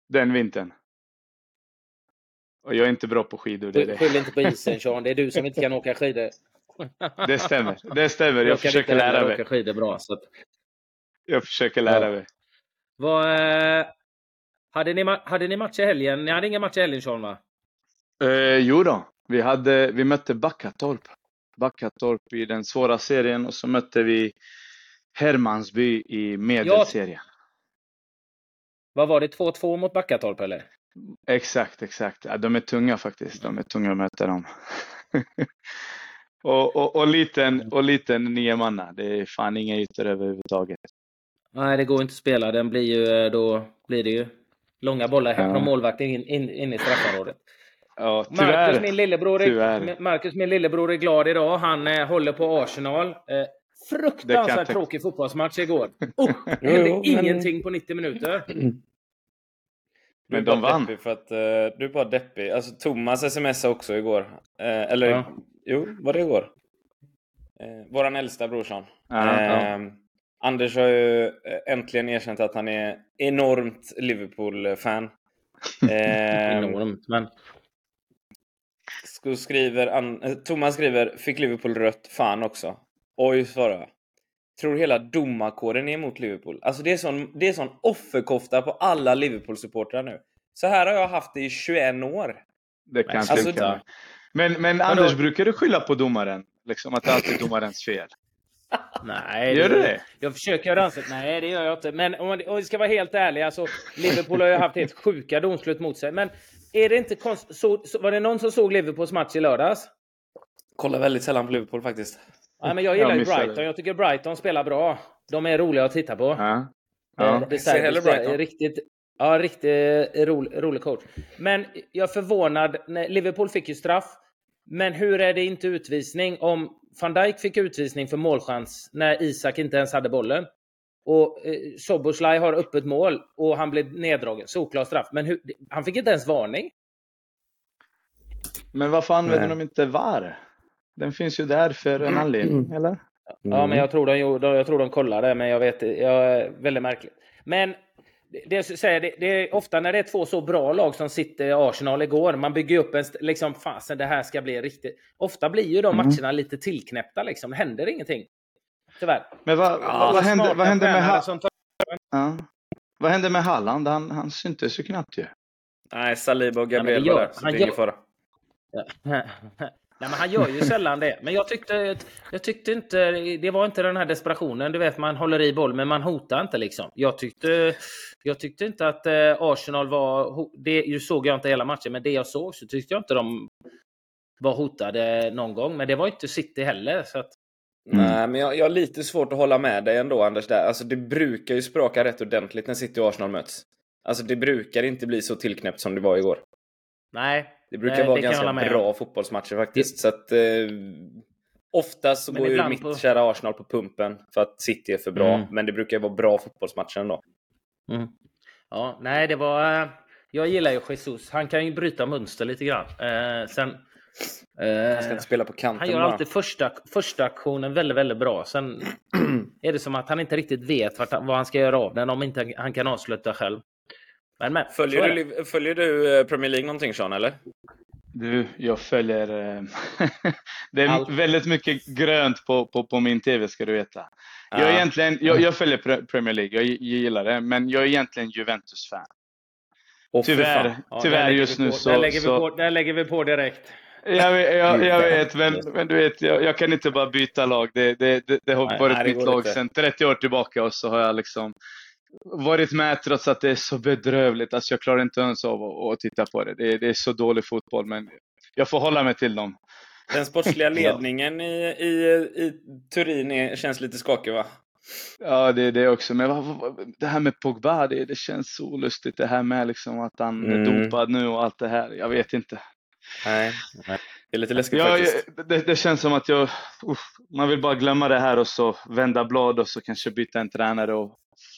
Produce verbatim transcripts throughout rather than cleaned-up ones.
den vintern. Och jag är inte bra på skidor. Det är det. Skyll inte på isen, Sean. Det är du som inte kan åka skidor. Det stämmer. Det stämmer. Jag, jag försöker lära mig. Åka skidor bra, så att... Jag försöker lära ja. mig. Vad, eh, hade, ni, hade ni match i helgen? Ni hade ingen match i helgen, Sean, va? Eh, jo då. Vi, hade, vi mötte Backatorp. Backatorp i den svåra serien. Och så mötte vi Hermansby i medelserien. Ja. Vad var det? två två mot Backatorp, eller? Exakt, exakt. Ja, de är tunga faktiskt. De är tunga att möta dem. och, och, och liten, och liten nio manna. Det är fan inga ytor överhuvudtaget. Nej, det går inte att spela. Den blir ju, då blir det ju långa bollar ja. från målvakten in, in, in i straffområdet. Ja, tyvärr. Marcus, min lillebror, är, Marcus, min lillebror är glad idag. Han eh, håller på Arsenal. Eh, fruktansvärt tråkig fotbollsmatch igår. Oh, det hände jo, ingenting men... på nittio minuter. Du men de vann. För att, uh, du är bara deppig. Alltså Thomas smsade också igår. Uh, eller, ja. jo, var det igår? Uh, våran äldsta brorson. Ja, uh, ja. Anders har ju äntligen erkänt att han är enormt Liverpool-fan. uh, enormt, men... Skriver, an, Thomas skriver, fick Liverpool rött fan också. Oj, svarar jag. Tror hela domarkåren är emot Liverpool. Alltså det är sån, det är sån offerkofta på alla Liverpool-supportrar nu. Så här har jag haft det i tjugoett år. Det kan alltså, tänka mig. Men, men Anders, då... brukar du skylla på domaren? Liksom att det alltid är domarens fel. Nej, gör du det? Jag försöker göra ansett. Nej, det gör jag inte. Men om vi ska vara helt ärliga, alltså, Liverpool har ju haft helt sjuka domslut mot sig. Men är det inte konst... så, så, var det någon som såg Liverpools match i lördags? Kollar väldigt sällan på Liverpool faktiskt. Nej, men jag gillar ju Brighton. Det. Jag tycker Brighton spelar bra. De är roliga att titta på. Ja. Ja. Det är, det är, är riktigt, ja, riktigt rolig, rolig coach. Men jag är förvånad. När Liverpool fick ju straff. Men hur är det inte utvisning om Van Dijk fick utvisning för målchans när Isak inte ens hade bollen? Och eh, Soboslaj har öppet mål och han blev neddragen. Solklar straff. Men hur, han fick inte ens varning. Men varför använder de inte V A R? Den finns ju där för en anledning, eller? Mm. Ja, men jag tror de gjorde, jag tror de kollade, men jag vet, jag är väldigt märkligt. Men det, säger, det, det är ofta när det är två så bra lag som sitter i Arsenal igår, man bygger upp en, liksom, fasen det här ska bli riktigt. Ofta blir ju de matcherna mm. lite tillknäppta, liksom. Det händer ingenting. Tyvärr. Men vad, ja, vad hände, vad hände med Halland? Ja. Vad hände med Halland? Han, han syntes ju knappt ju. Nej, Saliba och Gabriel ja, var där, så det är ingen fara. Ja. Nej, men han gör ju sällan det. Men jag tyckte, jag tyckte inte, det var inte den här desperationen. Du vet, man håller i boll, men man hotar inte liksom. Jag tyckte, jag tyckte inte att Arsenal var, det såg jag inte hela matchen, men det jag såg så tyckte jag inte de var hotade någon gång. Men det var inte City heller, så att... Mm. Nej, men jag, jag har lite svårt att hålla med dig ändå, Anders, där. Alltså det brukar ju språka rätt ordentligt när City och Arsenal möts. Alltså det brukar inte bli så tillknäppt som det var igår. Nej. Det brukar vara det ganska bra fotbollsmatcher faktiskt. Det... Så att eh, oftast så men går ju mitt på... kära Arsenal på pumpen för att City är för bra. Mm. Men det brukar vara bra fotbollsmatcher ändå. Mm. Ja, nej det var... Uh, jag gillar ju Jesus. Han kan ju bryta mönster lite grann. Uh, sen... Uh, han ska inte spela på kanten. Han gör bara. alltid första, första aktionen väldigt, väldigt bra. Sen är det som att han inte riktigt vet vart, vad han ska göra av den om inte han kan avsluta själv. Men, men, följer, du, följer du Premier League någonting, Sean, eller? Du, jag följer... det är Allt. väldigt mycket grönt på, på, på min tv, ska du veta. Ah. Jag, egentligen, jag, jag följer Premier League, jag, jag gillar det. Men jag är egentligen Juventus-fan. Oh, tyvärr ja, tyvärr just nu så... Där lägger, så... På, där lägger vi på direkt. Jag vet, jag, jag vet men, men du vet, jag, jag kan inte bara byta lag. Det, det, det, det har nej, varit nej, mitt lag inte. Sedan trettio år tillbaka och så har jag liksom... varit med trots att det är så bedrövligt. Alltså jag klarar inte ens av att, att titta på det. det. Det är så dålig fotboll, men jag får hålla mig till dem. Den sportsliga ledningen i, i, i Turin är, känns lite skakig, va? Ja, det är det också. Men vad, vad, det här med Pogba, det, det känns så olustigt. Det här med liksom att han mm. är dopad nu och allt det här. Jag vet inte. Nej, nej. Det är lite läskigt ja, faktiskt. Det, det känns som att jag... Uff, man vill bara glömma det här och så vända blad och så kanske byta en tränare och...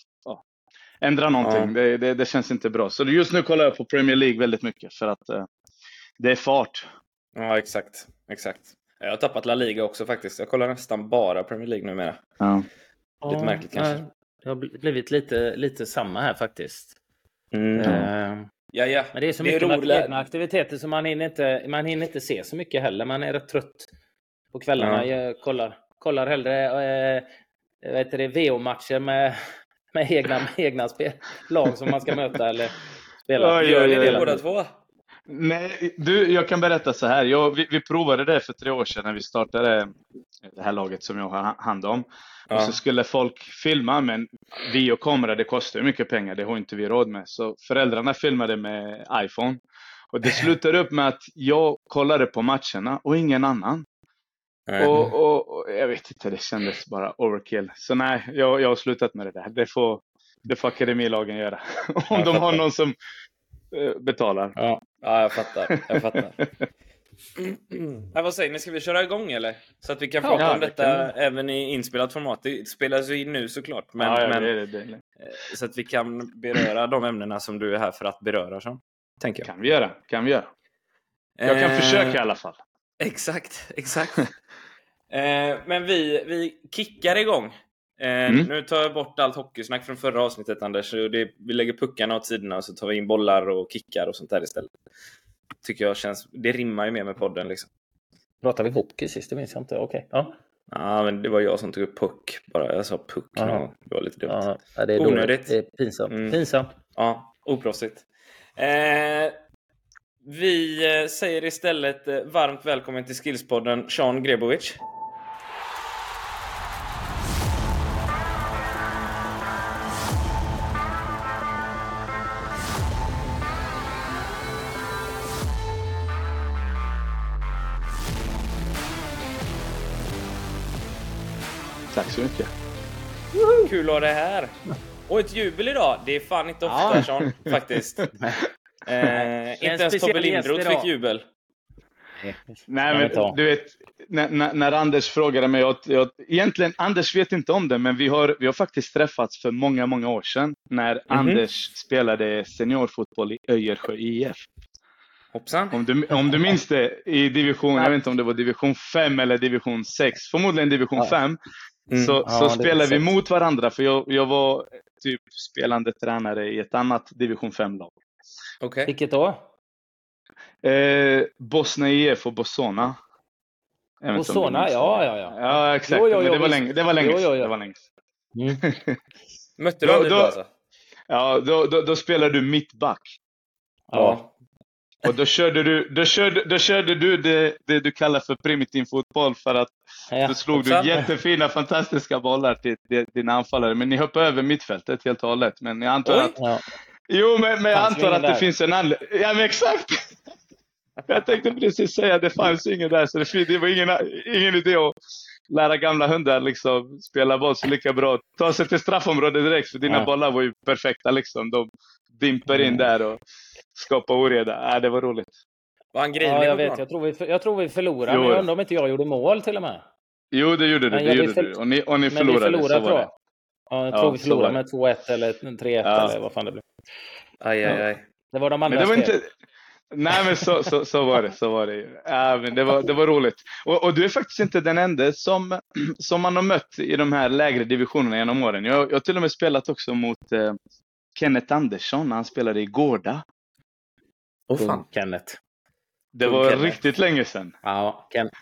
ändra någonting, ja. det, det, det känns inte bra. Så just nu kollar jag på Premier League väldigt mycket för att uh, det är fart. Ja, exakt. exakt. Jag har tappat La Liga också faktiskt. Jag kollar nästan bara Premier League numera. Ja. Lite ja, märkligt kanske. Det har blivit lite, lite samma här faktiskt. Mm. Uh, ja, ja. Men det är så det mycket är med egna aktiviteter så man hinner, inte, man hinner inte se så mycket heller. Man är rätt trött på kvällarna. Ja. Jag kollar, kollar hellre äh, vet det, V O-matcher med, med egna, med egna spel, lag som man ska möta eller spela. Oj, gör ni det båda två? Nej, du, jag kan berätta så här. Jag, vi, vi provade det för tre år sedan när vi startade det här laget som jag har hand om. Ja. Och så skulle folk filma, men vi och kamera, det kostar ju mycket pengar. Det har inte vi råd med. Så föräldrarna filmade med iPhone. Och det slutade upp med att jag kollade på matcherna och ingen annan. Mm. Och, och, och jag vet inte, det kändes bara overkill. Så nej, jag, jag har slutat med det där. Det får, det får akademilagen göra. Om de har någon som betalar. Ja, ja jag fattar. Jag fattar. Mm. Ja, vad säger ni? Ska vi köra igång eller? Så att vi kan prata ja, om detta kan... även i inspelat format. Det spelas ju in nu såklart. Men, ja, ja, men, det, det, det. Så att vi kan beröra de ämnena som du är här för att beröra. Så, tänker jag. Kan vi göra, kan vi göra. Jag kan eh... försöka i alla fall. Exakt, exakt. eh, men vi, vi kickar igång. Eh, mm. Nu tar jag bort allt hockeysnack från förra avsnittet, Anders. Det, vi lägger puckarna åt sidorna och så tar vi in bollar och kickar och sånt där istället. Tycker jag känns, det rimmar ju mer med podden liksom. Pratar vi hockey sist? Det minns jag inte. Okej. Okay. Ja. Ja, men det var jag som tog upp puck. Bara jag sa puck. Ja. Det var lite dumt. Ja, det är onödigt. Det är pinsamt. Mm. Pinsamt. Ja, oproffsigt. Eh, vi säger istället varmt välkommen till Skillspodden, Sean Grebovic. Tack så mycket. Woho! Kul att ha det här. Och ett jubel idag. Det är fan inte ofta, ja. Sean, faktiskt. eh, inte ens Tobbe Lindroth fick jubel. Nej, men du vet, när, när Anders frågade mig, jag, jag, egentligen Anders vet inte om det, men vi har, vi har faktiskt träffats för många, många år sedan när mm-hmm. Anders spelade seniorfotboll i Öjersjö I F. Hoppsan. Om du, om du minns det i division, jag vet inte om det var division fem eller division sex, förmodligen division fem. Mm. Så, ja, så spelade vi mot varandra, för jag, jag var typ spelande tränare i ett annat division fem-lag. Okay. Vilket då? Eh, Bosna I F och Bosona. Bosona, ja, ja, ja. Ja, exakt. Jo, jo, jo, men det var länge, det var länge. Jo, jo, jo. Det var länge. Mm. Mötte du aldrig då, alltså? Ja, då, då, då spelade du mittback. Ja. Och då körde du, då körde, då körde du det, det du kallar för primitiv fotboll, för att ja, då slog du jättefina, fantastiska bollar till, till dina anfallare. Men ni hoppade över mittfältet helt och hållet. Men jag antar Oj. att... Ja. Jo, men, men jag antar att det där. Finns en anledning. Ja, men exakt. Jag tänkte precis säga att det fanns ingen där. Så det, det var ingen, ingen idé att lära gamla hundar liksom spela boll så lika bra. Ta sig till straffområdet direkt, för dina ja. bollar var ju perfekta liksom. De dimper in där och skapar oreda. Ja, det var roligt. Var han grinig? Ja, jag vet. Jag tror vi, jag tror vi förlorade. Jo. Men jag undrar om inte jag gjorde mål till och med. Jo, det gjorde du. Det gjorde för... du. Och ni, och ni förlorade. Men vi förlorade, tror jag. Ja, jag tror ja, vi förlorade med två ett eller tre ett ja. eller vad fan det blev. Aj, aj, aj. Det var de andra. Men det var inte... Nej, men så, så, så var det. Så var det. Ja, men det, var, det var roligt. Och, och du är faktiskt inte den enda som, som man har mött i de här lägre divisionerna genom åren. Jag, jag har till och med spelat också mot eh, Kenneth Andersson när han spelade i Gårda. Åh oh, fan, Kenneth. Det var Kenneth. Riktigt länge sedan. Ja, Ken...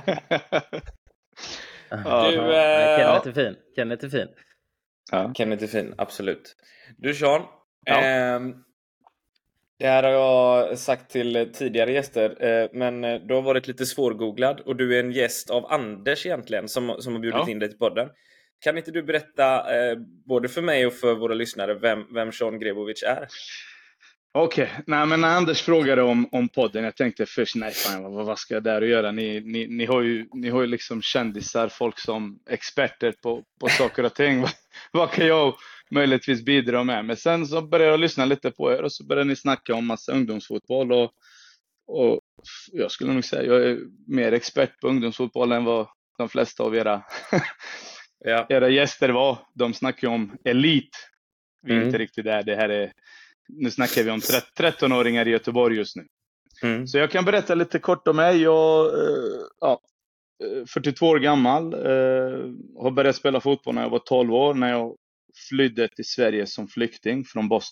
ja. Du, äh... Kenneth är fin. Kenneth är fin. Ja. Kenneth är fin, absolut. Du, Sean. Ja. Eh, det här har jag sagt till tidigare gäster, eh, men du har varit lite svårgooglad och du är en gäst av Anders egentligen som, som har bjudit ja. in dig till podden. Kan inte du berätta eh, både för mig och för våra lyssnare vem, vem Sean Grebovic är? Okej, okay. Nej, men när Anders frågade om, om podden, jag tänkte först, nej fan, vad, vad ska jag där och göra? Ni, ni, ni, har ju, ni har ju liksom kändisar, folk som experter på, på saker och ting. Vad kan jag möjligtvis bidra med? Men sen så började jag lyssna lite på er och så började ni snacka om massa ungdomsfotboll. Och, och jag skulle nog säga, jag är mer expert på ungdomsfotboll än vad de flesta av era, ja. era gäster var. De snackar om elit. Vi är mm. inte riktigt där, det här är... Nu snackar vi om trettonåringar i Göteborg just nu. Mm. Så jag kan berätta lite kort om mig. Jag är ja, fyrtiotvå år gammal. Har börjat spela fotboll när jag var tolv år. När jag flydde till Sverige som flykting från Bosnien.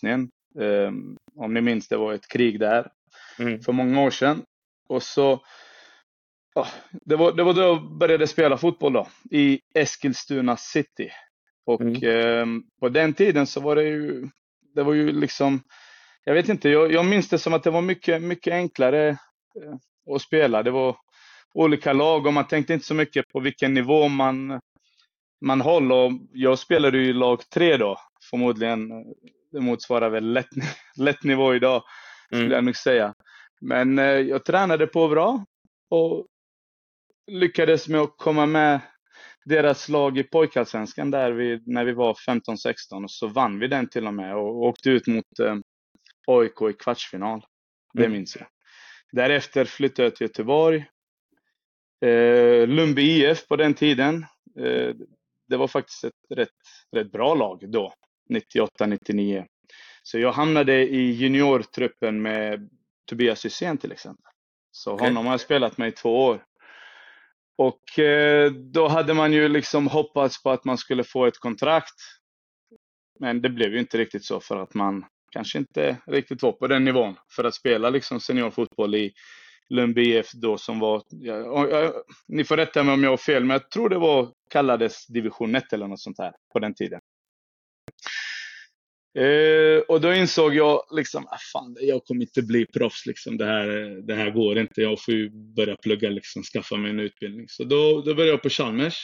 Eh, om ni minns, det var ett krig där Mm. för många år sedan. Och så, ja, det var, det var då jag började spela fotboll då, i Eskilstuna City. Och Mm. eh, på den tiden så var det ju, det var ju liksom, jag vet inte, jag, jag minns det som att det var mycket, mycket enklare eh, att spela. Det var olika lag och man tänkte inte så mycket på vilken nivå man, man håller. Och jag spelade ju i lag tre då, förmodligen. Det motsvarar väl lätt, lätt nivå idag, skulle Mm. jag nog säga. Men eh, jag tränade på bra och lyckades med att komma med deras lag i pojkallsvenskan där vi, när vi var femton sexton. Och så vann vi den till och med och åkte ut mot eh, A I K i kvartsfinal. Det Mm. minns jag. Därefter flyttade jag till Göteborg. Eh, Lundby I F på den tiden. Eh, det var faktiskt ett rätt, rätt bra lag då. nittioåtta nittionio. Så jag hamnade i juniortruppen med Tobias Hysén till exempel. Så Okej. honom har jag spelat med i två år. Och eh, då hade man ju liksom hoppats på att man skulle få ett kontrakt. Men det blev ju inte riktigt så, för att man kanske inte riktigt var på den nivån för att spela liksom seniorfotboll i Lundby I F då, som var, ja, ja, ni får rätta mig om jag har fel, men jag tror det var, kallades division ett eller något sånt här på den tiden. Eh, och då insåg jag liksom, ah, fan, jag kommer inte bli proffs liksom, det här, det här går inte, jag får ju börja plugga liksom, skaffa mig en utbildning. Så då, då började jag på Chalmers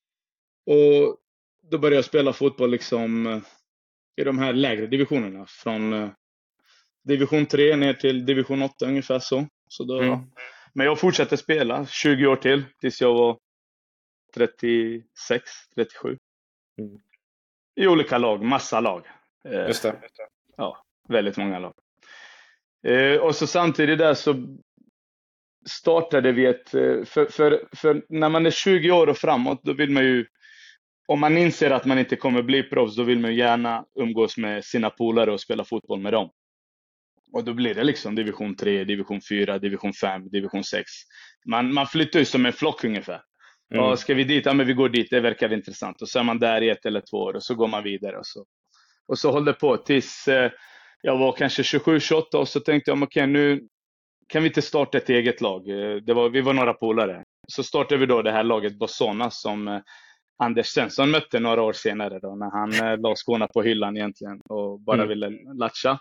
och då började jag spela fotboll liksom i de här lägre divisionerna, från eh, division tre ner till division åtta ungefär så. Så då, Mm. men jag fortsatte spela tjugo år till, tills jag var trettiosex trettiosju. Mm. I olika lag, massa lag. Eh, Just det. Ja, väldigt många lag. Eh, och så samtidigt där så startade vi ett, för, för, för när man är tjugo år och framåt, då vill man ju, om man inser att man inte kommer bli proffs, då vill man ju gärna umgås med sina polare och spela fotboll med dem. Och då blir det liksom division tre, division fyra, division fem, division sex. Man, man flyttar ju som en flock ungefär. Mm. Ja, ska vi dit? Ja, men vi går dit. Det verkar intressant. Och så är man där i ett eller två år och så går man vidare. Och så, och så höll det på tills eh, jag var kanske tjugosju tjugoåtta och så tänkte jag, okej, okay, nu kan vi inte starta ett eget lag. Eh, det var, vi var några polare. Så startade vi då det här laget Bossona som eh, Anders Svensson mötte några år senare då, när han eh, la skorna på hyllan egentligen och bara Mm. ville latcha.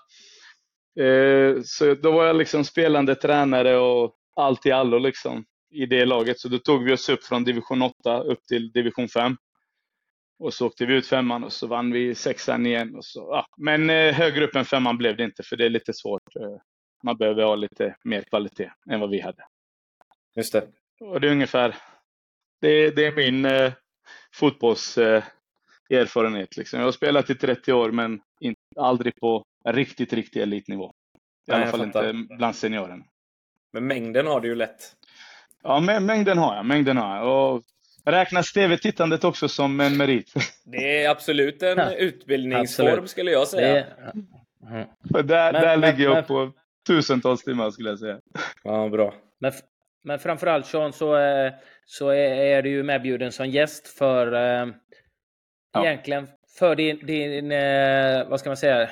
Eh, så då var jag liksom spelande tränare och allt i allo liksom i det laget. Så då tog vi oss upp från division åtta upp till division fem. Och så åkte vi ut femman och så vann vi sexan igen. Och så, ja. Men eh, högre upp än femman blev det inte, för det är lite svårt. Eh, man behöver ha lite mer kvalitet än vad vi hade. Just det. Och det är ungefär, det, det är min eh, fotbolls eh, erfarenhet liksom. Jag har spelat i trettio år men inte, aldrig på riktigt, riktigt elitnivå. I Nej, alla jag fall fattar. inte bland seniorerna. Men mängden har du ju lätt. Ja, mä- mängden har jag. Mängden har jag. Och räknas T V-tittandet också som en merit? Det är absolut en Ja, utbildningsform, absolut. skulle jag säga. Det, mm. För där, Men- där men- ligger jag men- på tusentals timmar, skulle jag säga. Ja, bra. Men, men framförallt Sean, så, eh, så är, är du ju medbjuden som gäst för eh, Ja. egentligen för din, din eh, vad ska man säga,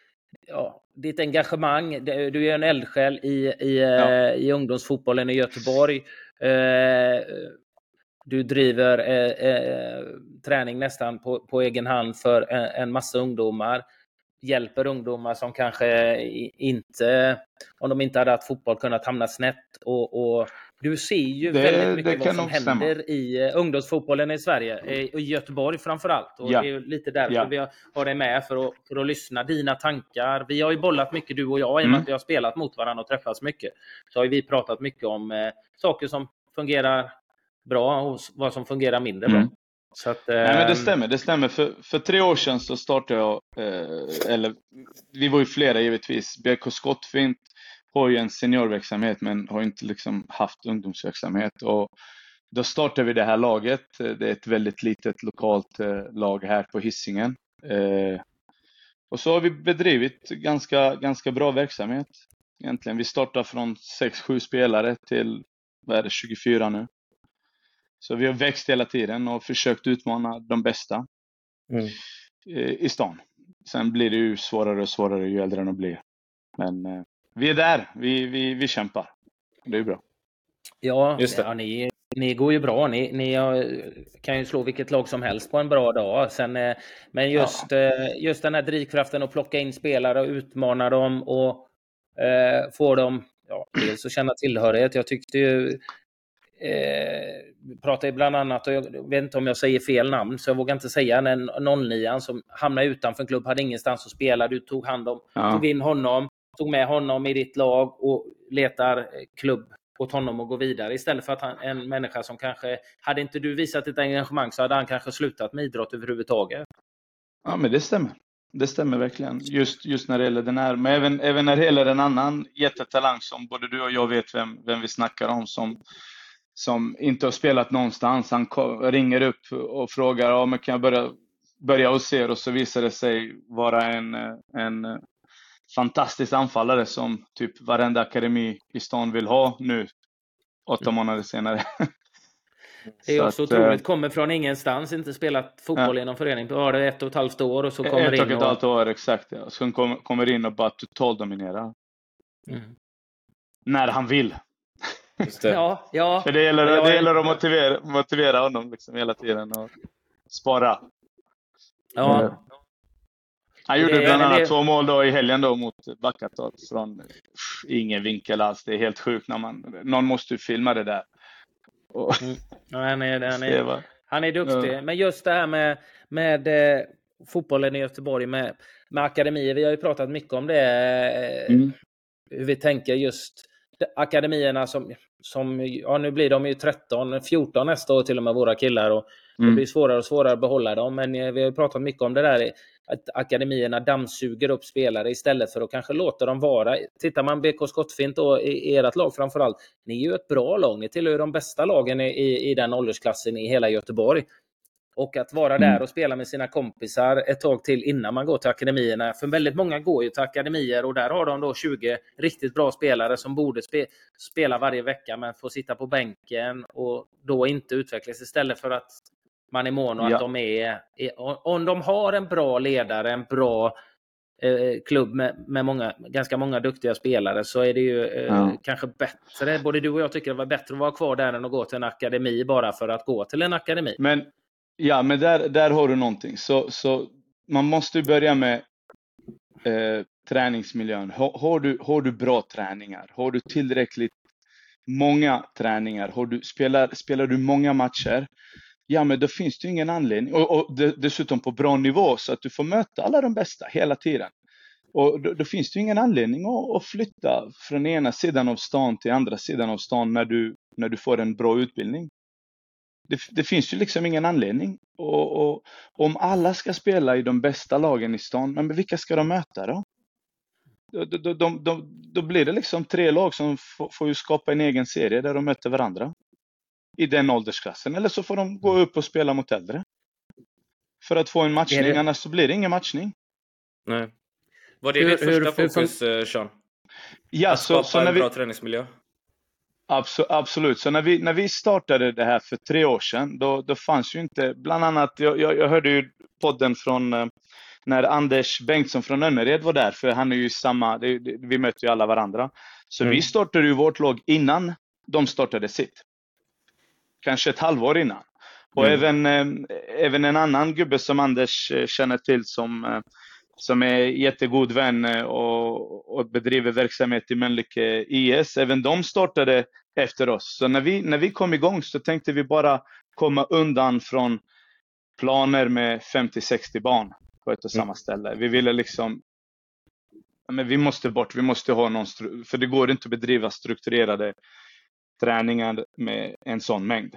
ja, ditt engagemang. Du är en eldsjäl i, i, Ja. eh, i ungdomsfotbollen i Göteborg. Eh, du driver eh, eh, träning nästan på, på egen hand för en, en massa ungdomar. Hjälper ungdomar som kanske i- inte, om de inte hade haft fotboll, kunnat hamna snett. Och, och du ser ju Det- väldigt det mycket kan vad som nog stämma. händer i uh, ungdomsfotbollen i Sverige. eh, Och i Göteborg framförallt. Och Ja. det är ju lite därför Ja. vi har, har dig med, för att, för att lyssna. Dina tankar. Vi har ju bollat mycket, du och jag, i och med Mm. att vi har spelat mot varandra och träffats mycket. Så har ju vi pratat mycket om eh, saker som fungerar bra och s- vad som fungerar mindre Mm. bra. Så att, Nej, men ehm, det stämmer, det stämmer. För, för tre år sedan så startade jag, eh, eller vi var ju flera givetvis. B K Skottfint har ju en seniorverksamhet men har inte liksom haft ungdomsverksamhet. Och då startade vi det här laget. Det är ett väldigt litet lokalt eh, lag här på Hisingen. Eh, och så har vi bedrivit ganska, ganska bra verksamhet. Egentligen, vi startar från sex sju spelare till, vad är det, tjugofyra nu. Så vi har växt hela tiden och försökt utmana de bästa Mm. eh, i stan. sen blir det ju svårare och svårare ju äldre de blir. Men eh, vi är där, vi, vi, vi kämpar. Det är bra. Ja, Just det. ja ni, ni går ju bra. Ni, ni kan ju slå vilket lag som helst på en bra dag. Sen, eh, men just, ja. eh, just den här drivkraften att plocka in spelare och utmana dem och eh, få dem ja, dels att känna tillhörighet. Jag tyckte ju Eh, pratar bland annat, och jag vet inte om jag säger fel namn så jag vågar inte säga, en noll nio som hamnade utanför en klubb, hade ingenstans att spela, du tog hand om, ja. tog in honom, tog med honom i ditt lag och letar klubb åt honom och gå vidare istället för att han, en människa som kanske, hade inte du visat ett engagemang så hade han kanske slutat med idrott överhuvudtaget. Ja, men det stämmer. Det stämmer verkligen. Just, just när det gäller den här, men även, även när det gäller en annan jättetalang som både du och jag vet vem, vem vi snackar om, som som inte har spelat någonstans. Han ringer upp och frågar om ja, kan jag börja, börja hos er, och så visar det sig vara en, en fantastisk anfallare som typ varenda akademi i stan vill ha nu, åtta månader senare. Det är också otroligt, kommer från ingenstans, inte spelat fotboll ja. inom förening på ja, ett och ett halvt år och så kommer ett in och ett halvt år, exakt. Ja. Så kommer, kommer in och bara totalt dominera. Mm. När han vill. Just det. Ja, ja. För det gäller, ja, det gäller att motivera, motivera honom liksom hela tiden och spara. Ja. Mm. Han gjorde det, bland annat det... två mål då i helgen då mot Backatorp från pff, ingen vinkel alls. Det är helt sjukt när man, någon måste filma det där. Och... Mm. Ja, han, är, han, är, han är duktig. Ja. Men just det här med, med eh, fotbollen i Göteborg med, med akademier. Vi har ju pratat mycket om det. Eh, mm. Hur vi tänker just akademierna som, som ja, nu blir de ju tretton fjorton nästa år till och med, våra killar, och mm. det blir svårare och svårare att behålla dem, men vi har ju pratat mycket om det där att akademierna dammsuger upp spelare istället för att kanske låta dem vara. Tittar man B K Skottfint och i ert lag framförallt, ni är ju ett bra lag, ni tillhör de bästa lagen i, i, i den åldersklassen i hela Göteborg. Och att vara mm. där och spela med sina kompisar ett tag till innan man går till akademierna. För väldigt många går ju till akademier och där har de då tjugo riktigt bra spelare som borde spe, spela varje vecka men får sitta på bänken och då inte utvecklas, istället för att man är mån och ja. att de är, är... Om de har en bra ledare, en bra eh, klubb med, med många, ganska många duktiga spelare, så är det ju eh, ja. kanske bättre. Både du och jag tycker det var bättre att vara kvar där än att gå till en akademi bara för att gå till en akademi. Men ja, men där, där har du någonting. Så, så man måste börja med eh, träningsmiljön. Har, har, du, har du bra träningar? Har du tillräckligt många träningar? Har du, spelar, spelar du många matcher? Ja, men då finns det ingen anledning. Och, och dessutom på bra nivå så att du får möta alla de bästa hela tiden. Och då, då finns det ingen anledning att, att flytta från ena sidan av stan till andra sidan av stan när du, när du får en bra utbildning. Det, det finns ju liksom ingen anledning. Och, och om alla ska spela i de bästa lagen i stan, men vilka ska de möta då? Då, då, då, då, då blir det liksom tre lag som får, får ju skapa en egen serie där de möter varandra i den åldersklassen. Eller så får de gå upp och spela mot äldre för att få en matchning, det... annars så blir det ingen matchning. Nej. Var det hur, ditt första hur, fokus, hur... Sean? Ja, att så, skapa så en när bra vi... träningsmiljö? Absolut. Så när vi, när vi startade det här för tre år sedan, då, då fanns ju inte, bland annat, jag, jag, jag hörde ju podden från eh, när Anders Bengtsson från Önnered var där, för han är ju samma, det, det, vi möter ju alla varandra. Så mm. vi startade ju vårt lag innan de startade sitt. Kanske ett halvår innan. Och mm. även, eh, även en annan gubbe som Anders eh, känner till som... Eh, som är jättegod vän och, och bedriver verksamhet i Mölnlycke I S. Även de startade efter oss. Så när vi, när vi kom igång så tänkte vi bara komma undan från planer med femtio sextio barn på ett och samma ställe. Vi ville liksom, men vi måste bort, vi måste ha någon, för det går inte att bedriva strukturerade träningar med en sån mängd.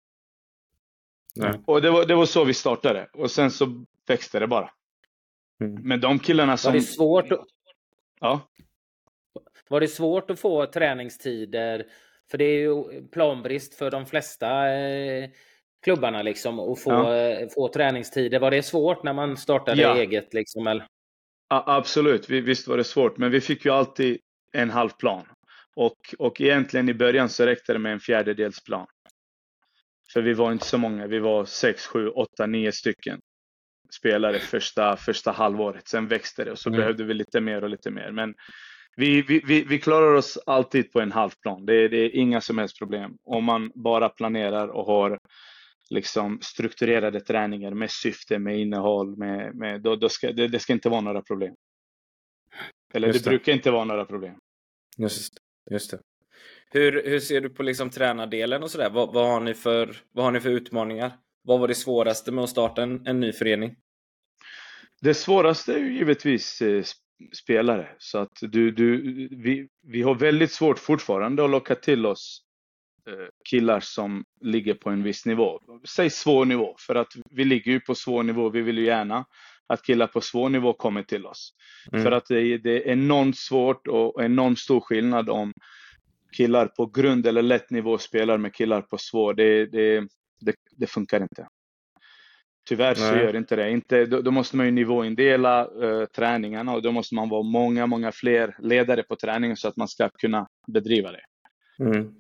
Nej. Och det var, det var så vi startade. Och sen så växte det bara. Mm. Men de killarna som... Var det svårt att... Ja. Var det svårt att få träningstider? För det är ju planbrist för de flesta eh, klubbarna liksom, att få, ja. eh, få träningstider. Var det svårt när man startade ja. eget liksom? Eller? Ja, absolut, vi, visst var det svårt. Men vi fick ju alltid en halv plan. Och, och egentligen i början så räckte det med en fjärdedels plan. För vi var inte så många, vi var sex, sju, åtta, nio stycken. spelare första, första halvåret. Sen växte det och så mm. behövde vi lite mer och lite mer. Men vi, vi, vi, vi klarar oss alltid på en halvplan. Det, det är inga som helst problem. Om man bara planerar och har liksom strukturerade träningar med syfte, med innehåll, med, med, då, då ska, det, det ska inte vara några problem. Eller det. det brukar inte vara några problem. Just, just det. Hur, hur ser du på liksom tränardelen och sådär? Vad, vad, har ni för, vad har ni för utmaningar? Vad var det svåraste med att starta en, en ny förening? Det svåraste är ju givetvis eh, spelare. Så att du, du, vi, vi har väldigt svårt fortfarande att locka till oss eh, killar som ligger på en viss nivå. Säg svår nivå, för att vi ligger ju på svår nivå. Vi vill ju gärna att killar på svår nivå kommer till oss. Mm. För att det, det är enormt svårt och enormt stor skillnad om killar på grund eller lätt nivå spelar med killar på svår. Det, det, det, det funkar inte. Tyvärr så Nej. gör inte det. Inte, då, då måste man ju nivåindela uh, träningarna och då måste man vara många, många fler ledare på träningen så att man ska kunna bedriva det. Mm.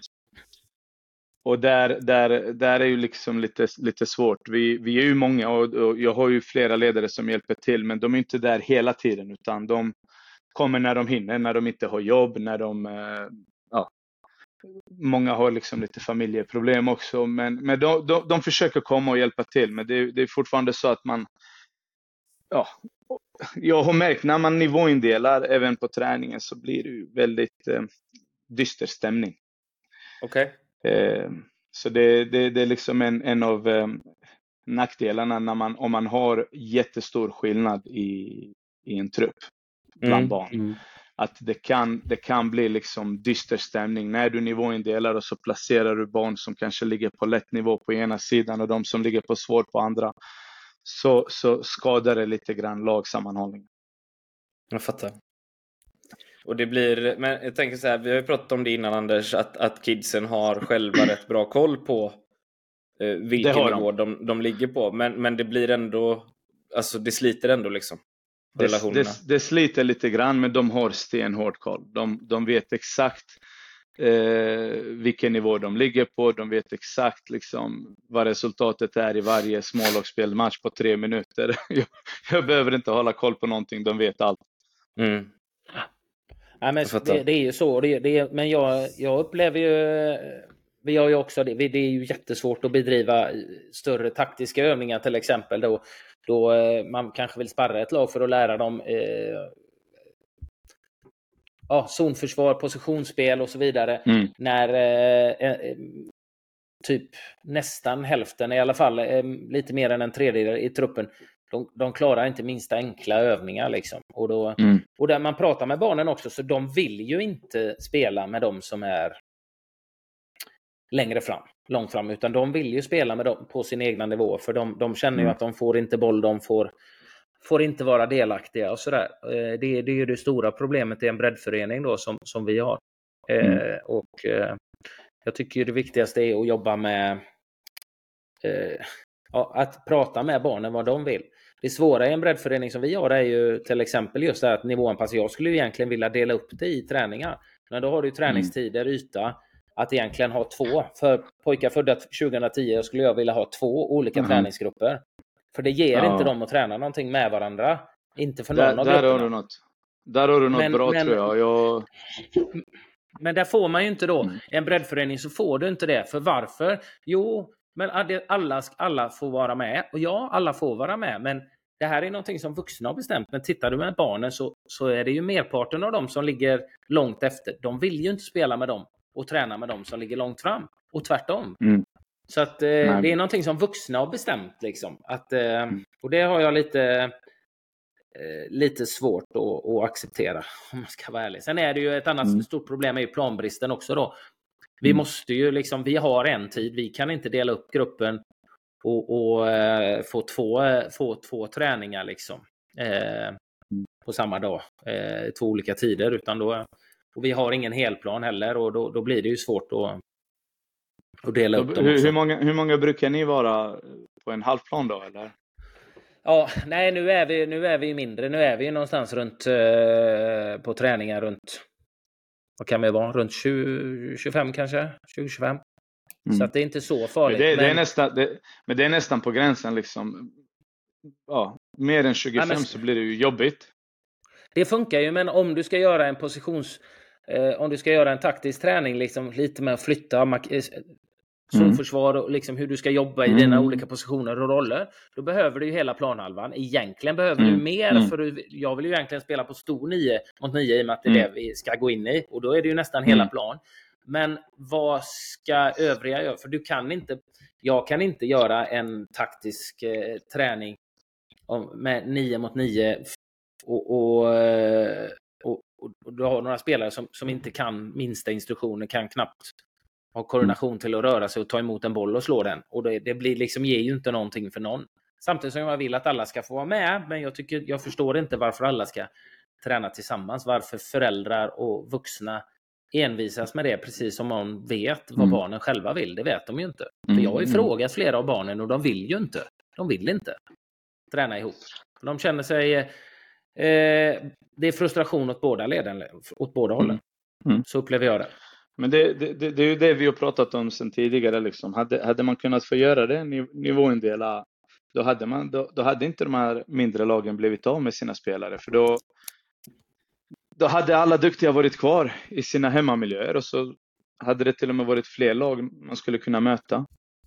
Och där, där, där är ju liksom lite, lite svårt. Vi, vi är ju många och, och jag har ju flera ledare som hjälper till, men de är inte där hela tiden utan de kommer när de hinner, när de inte har jobb, när de uh, ja. Många har liksom lite familjeproblem också, men, men de, de, de försöker komma och hjälpa till, men det, det är fortfarande så att man ja, jag har märkt när man nivåindelar även på träningen så blir det ju väldigt eh, dyster stämning. Okej. Okay. Eh, så det, det, det är liksom en, en av eh, nackdelarna när man, om man har jättestor skillnad i, i en trupp bland mm. barn. Mm. Att det kan, det kan bli liksom dyster stämning när du nivåindelar och så placerar du barn som kanske ligger på lätt nivå på ena sidan och de som ligger på svår på andra. Så, så skadar det lite grann lagsammanhållningen. Jag fattar. Och det blir, men jag tänker så här, vi har ju pratat om det innan Anders, att, att kidsen har själva rätt bra koll på eh, vilken nivå de. De, de ligger på. Men, men det blir ändå, alltså det sliter ändå liksom. Det, det, det sliter lite grann, men de har stenhård koll. De, de vet exakt eh, vilken nivå de ligger på. De vet exakt liksom, vad resultatet är i varje smålagsspelmatch på tre minuter. jag, jag behöver inte hålla koll på någonting, de vet allt. Mm. Ja, men det, det är ju så. Det, det, men jag, jag upplever ju... Vi har ju också det, det är ju jättesvårt att bedriva större taktiska övningar till exempel då, då man kanske vill sparra ett lag för att lära dem eh, ja, zonförsvar, positionsspel och så vidare. Mm. När eh, eh, typ nästan hälften, i alla fall eh, lite mer än en tredjedel i truppen, de, de klarar inte minsta enkla övningar liksom. Och, då, mm. och där man pratar med barnen också, så de vill ju inte spela med dem som är längre fram, långt fram, utan de vill ju spela med dem på sin egna nivå, för de, de känner ju mm. att de får inte boll, de får, får inte vara delaktiga och sådär. Det, det är ju det stora problemet i en breddförening då som, som vi har. Mm. Eh, och eh, jag tycker ju det viktigaste är att jobba med eh, ja, att prata med barnen vad de vill. Det svåra i en breddförening som vi har är ju till exempel just det här att nivåanpassa. Jag skulle ju egentligen vilja dela upp det i träningar, men då har du ju träningstider, yta. Att egentligen ha två. För pojkar födda tjugohundratio skulle jag vilja ha två olika mm. träningsgrupper. För det ger ja. inte dem att träna någonting med varandra. Inte för någon där, av där har du något. Där har du något men, bra men, tror jag. jag. Men där får man ju inte då. Mm. En breddförening så får du inte det. För varför? Jo, men alla, alla får vara med. Och ja, alla får vara med. Men det här är någonting som vuxna har bestämt. Men tittar du med barnen så, så är det ju merparten av dem som ligger långt efter. De vill ju inte spela med dem och träna med dem som ligger långt fram. Och tvärtom. Mm. Så att eh, det är någonting som vuxna har bestämt. Liksom. Att, eh, och det har jag lite, eh, lite svårt att, att acceptera. Om man ska vara ärlig. Sen är det ju ett annat mm. stort problem är ju planbristen också då. Vi mm. måste ju liksom, vi har en tid. Vi kan inte dela upp gruppen och, och eh, få, två, få två träningar liksom. Eh, mm. På samma dag. Eh, två olika tider. Utan då... Och vi har ingen helplan heller och då, då blir det ju svårt att, att dela upp dem hur, hur, många, hur många brukar ni vara på en halvplan då eller? Ja, nej nu är vi, nu är vi mindre. Nu är vi någonstans runt eh, på träningar runt, vad kan vi vara? Runt tjugo, tjugofem kanske? tjugo tjugofem. Mm. Så att det är inte så farligt. Men det, men... Det är nästan, det, men det är nästan på gränsen liksom. Ja, mer än tjugofem Nej, men... så blir det ju jobbigt. Det funkar ju, men om du ska göra en positions... Eh, om du ska göra en taktisk träning, liksom lite med att flytta zonförsvar och liksom hur du ska jobba i mm. dina olika positioner och roller, då behöver du ju hela planhalvan. Egentligen behöver mm. du mer, mm. för du, jag vill ju egentligen spela på stor nio mot nio i och med att det är mm. det vi ska gå in i, och då är det ju nästan mm. hela plan. Men vad ska övriga göra? För du kan inte, jag kan inte göra en taktisk eh, träning om, med nio mot nio och, och, och, och du har några spelare som, som inte kan minsta instruktioner, kan knappt ha koordination till att röra sig och ta emot en boll och slå den. Och det, det blir liksom, ger ju inte någonting för någon. Samtidigt som jag vill att alla ska få vara med, men jag tycker, jag förstår inte varför alla ska träna tillsammans. Varför föräldrar och vuxna envisas med det, precis som man vet vad mm. barnen själva vill. Det vet de ju inte. För jag har ju mm. frågat flera av barnen och de vill ju inte. De vill inte träna ihop. De känner sig... Eh, det är frustration åt båda leden, åt båda hållen. Mm. Så upplever jag det. Men det, det, det, det är ju det vi har pratat om sedan tidigare. Liksom. Hade, hade man kunnat få göra det, nivåindela, då hade, man, då, då hade inte de här mindre lagen blivit av med sina spelare. För då, då hade alla duktiga varit kvar i sina hemmamiljöer, och så hade det till och med varit fler lag man skulle kunna möta.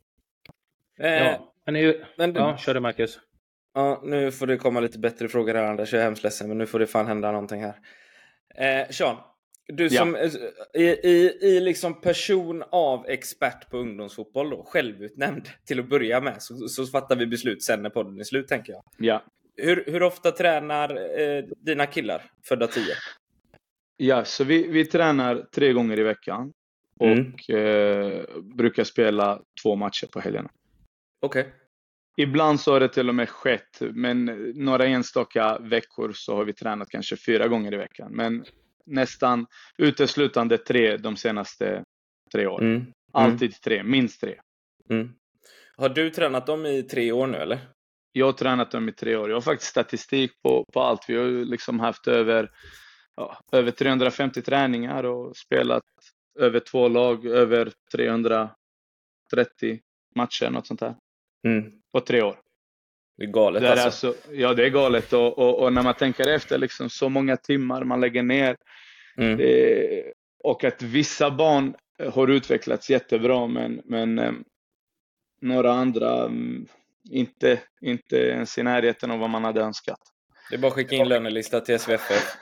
Eh, ja, men ju, men du, ja, kör det Marcus. Ja, nu får det komma lite bättre frågor här, Anders. Jag är hemskt ledsen, men nu får det fan hända någonting här. Eh, Sean, du som ja. i, i, i liksom person av expert på ungdomsfotboll då, självutnämnd till att börja med, så, så fattar vi beslut sen när podden är slut, tänker jag. Ja. Hur, hur ofta tränar eh, dina killar födda tio? Ja, så vi, vi tränar tre gånger i veckan och mm. eh, brukar spela två matcher på helgerna. Okej. Okay. Ibland så har det till och med skett, men några enstaka veckor så har vi tränat kanske fyra gånger i veckan. Men nästan uteslutande tre de senaste tre åren. Mm. Mm. Alltid tre, minst tre. Mm. Har du tränat dem i tre år nu eller? Jag har tränat dem i tre år. Jag har faktiskt statistik på, på allt. Vi har liksom haft över, ja, över trehundrafemtio träningar och spelat över två lag, över trehundratrettio matcher, något sånt här. Mm. På tre år. Det är galet det är alltså. alltså. Ja, det är galet. Och, och, och när man tänker efter, liksom, så många timmar man lägger ner. Mm. Det, och att vissa barn har utvecklats jättebra, men, men eh, några andra um, inte, inte ens i närheten av vad man hade önskat. Det är bara att skicka in lönelista till S V F F.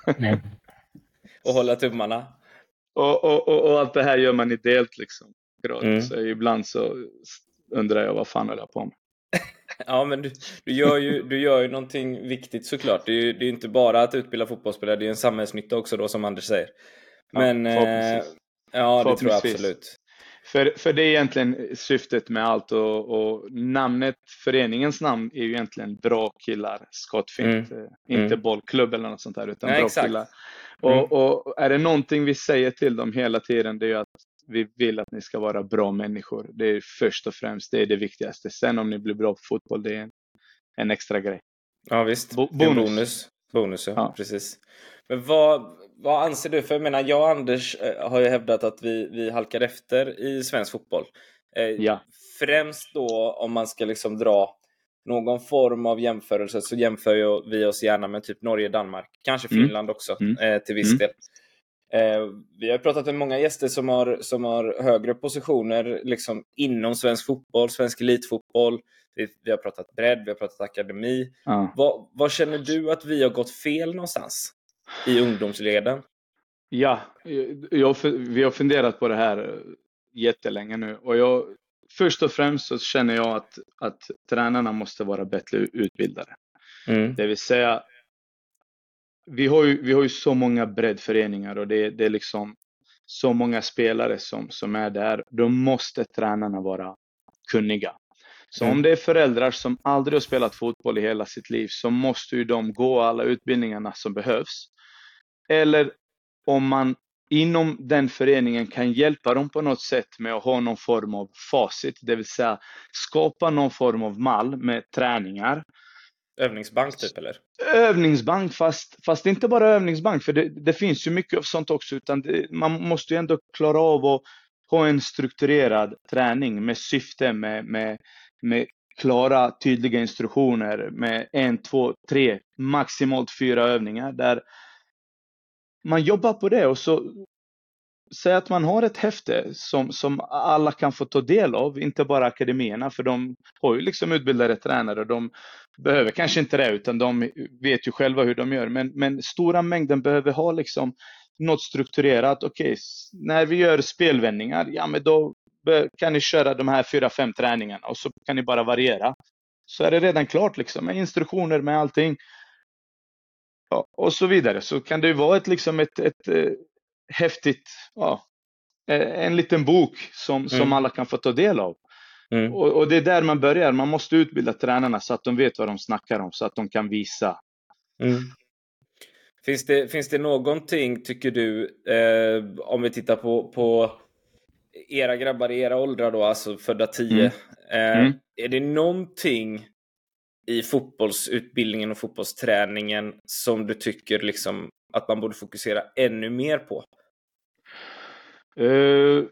Och hålla tummarna. Och, och, och, och allt det här gör man ideellt liksom. Mm. Så ibland så undrar jag vad fan är jag på med. Ja, men du, du, gör ju, du gör ju någonting viktigt såklart. Det är ju det är inte bara att utbilda fotbollsspelare, det är en samhällsnytta också då, som Anders säger. Men ja, eh, ja det tror jag absolut. För, för det är egentligen syftet med allt, och, och namnet, föreningens namn är ju egentligen bra killar, skottfint, mm. inte mm. bollklubb eller något sånt där, utan ja, bra exakt. killar. Mm. Och, och är det någonting vi säger till dem hela tiden, det är ju att vi vill att ni ska vara bra människor. Det är först och främst, det är det viktigaste. Sen om ni blir bra på fotboll, det är en, en extra grej. Ja visst, Bo- bonus. En bonus. Bonus, ja, ja. Precis. Men vad, vad anser du? För jag menar, jag och Anders eh, har ju hävdat att vi, vi halkar efter i svensk fotboll. Eh, ja. Främst då, om man ska liksom dra någon form av jämförelse, så jämför vi oss gärna med typ Norge, Danmark. Kanske Finland mm. också, mm. eh, till viss mm. del. Eh, vi har pratat med många gäster som har, som har högre positioner liksom inom svensk fotboll, svensk elitfotboll. Vi, vi har pratat bredd, vi har pratat akademi. Ja. Vad, vad känner du att vi har gått fel någonstans i ungdomsleden? Ja, jag, vi har funderat på det här jättelänge nu. Och jag, först och främst så känner jag att, att tränarna måste vara bättre utbildade. Mm. Det vill säga, Vi har ju, vi har ju så många breddföreningar, och det, det är liksom så många spelare som, som är där. Då måste tränarna vara kunniga. Så mm. om det är föräldrar som aldrig har spelat fotboll i hela sitt liv, så måste ju de gå alla utbildningarna som behövs. Eller om man inom den föreningen kan hjälpa dem på något sätt med att ha någon form av facit. Det vill säga skapa någon form av mall med träningar. Övningsbank typ, eller? Övningsbank, fast, fast inte bara övningsbank, för det, det finns ju mycket av sånt också, utan det, man måste ju ändå klara av att ha en strukturerad träning med syfte, med, med, med klara, tydliga instruktioner med en, två, tre, maximalt fyra övningar där man jobbar på det. Och så säg att man har ett häfte som, som alla kan få ta del av, inte bara akademierna, för de har ju liksom utbildade tränare, de behöver kanske inte det, utan de vet ju själva hur de gör, men, men stora mängden behöver ha liksom något strukturerat. Okej, okay, när vi gör spelvändningar, ja men då kan ni köra de här fyra, fem träningarna och så kan ni bara variera. Så är det redan klart liksom, med instruktioner, med allting. Ja, och så vidare. Så kan det ju vara ett, liksom ett, ett, ett häftigt, ja, en liten bok som, mm. som alla kan få ta del av. Mm. Och, och det är där man börjar. Man måste utbilda tränarna så att de vet vad de snackar om, så att de kan visa. Mm. Finns det, finns det någonting, tycker du, eh, om vi tittar på, på era grabbar i era åldrar då, alltså födda tio, mm. Eh, mm. är det någonting i fotbollsutbildningen och fotbollsträningen som du tycker liksom att man borde fokusera ännu mer på? Uh,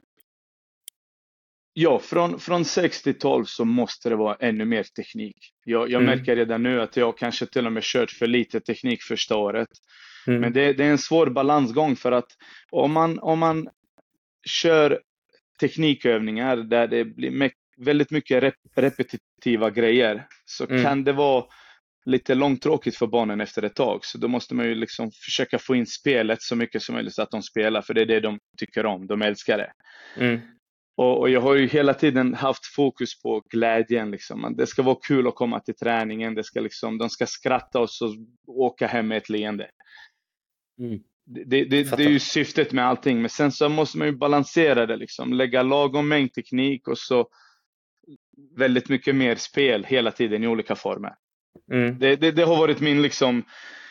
ja, från, från sex till tolv så måste det vara ännu mer teknik. Jag, jag mm. märker redan nu att jag kanske till och med kört för lite teknik första året. Mm. Men det, det är en svår balansgång, för att om man, om man kör teknikövningar där det blir me- väldigt mycket rep- repetitiva grejer, så mm. kan det vara lite långtråkigt för barnen efter ett tag. Så då måste man ju liksom försöka få in spelet så mycket som möjligt så att de spelar, för det är det de tycker om, de älskar det. Mm. Och, och jag har ju hela tiden haft fokus på glädjen liksom. Det ska vara kul att komma till träningen, det ska liksom, de ska skratta och så åka hem med ett leende. Mm. Det, det, det, det är ju syftet med allting, men sen så måste man ju balansera det liksom, lägga lagom mängd teknik och så väldigt mycket mer spel hela tiden i olika former. Mm. Det, det, det har varit min liksom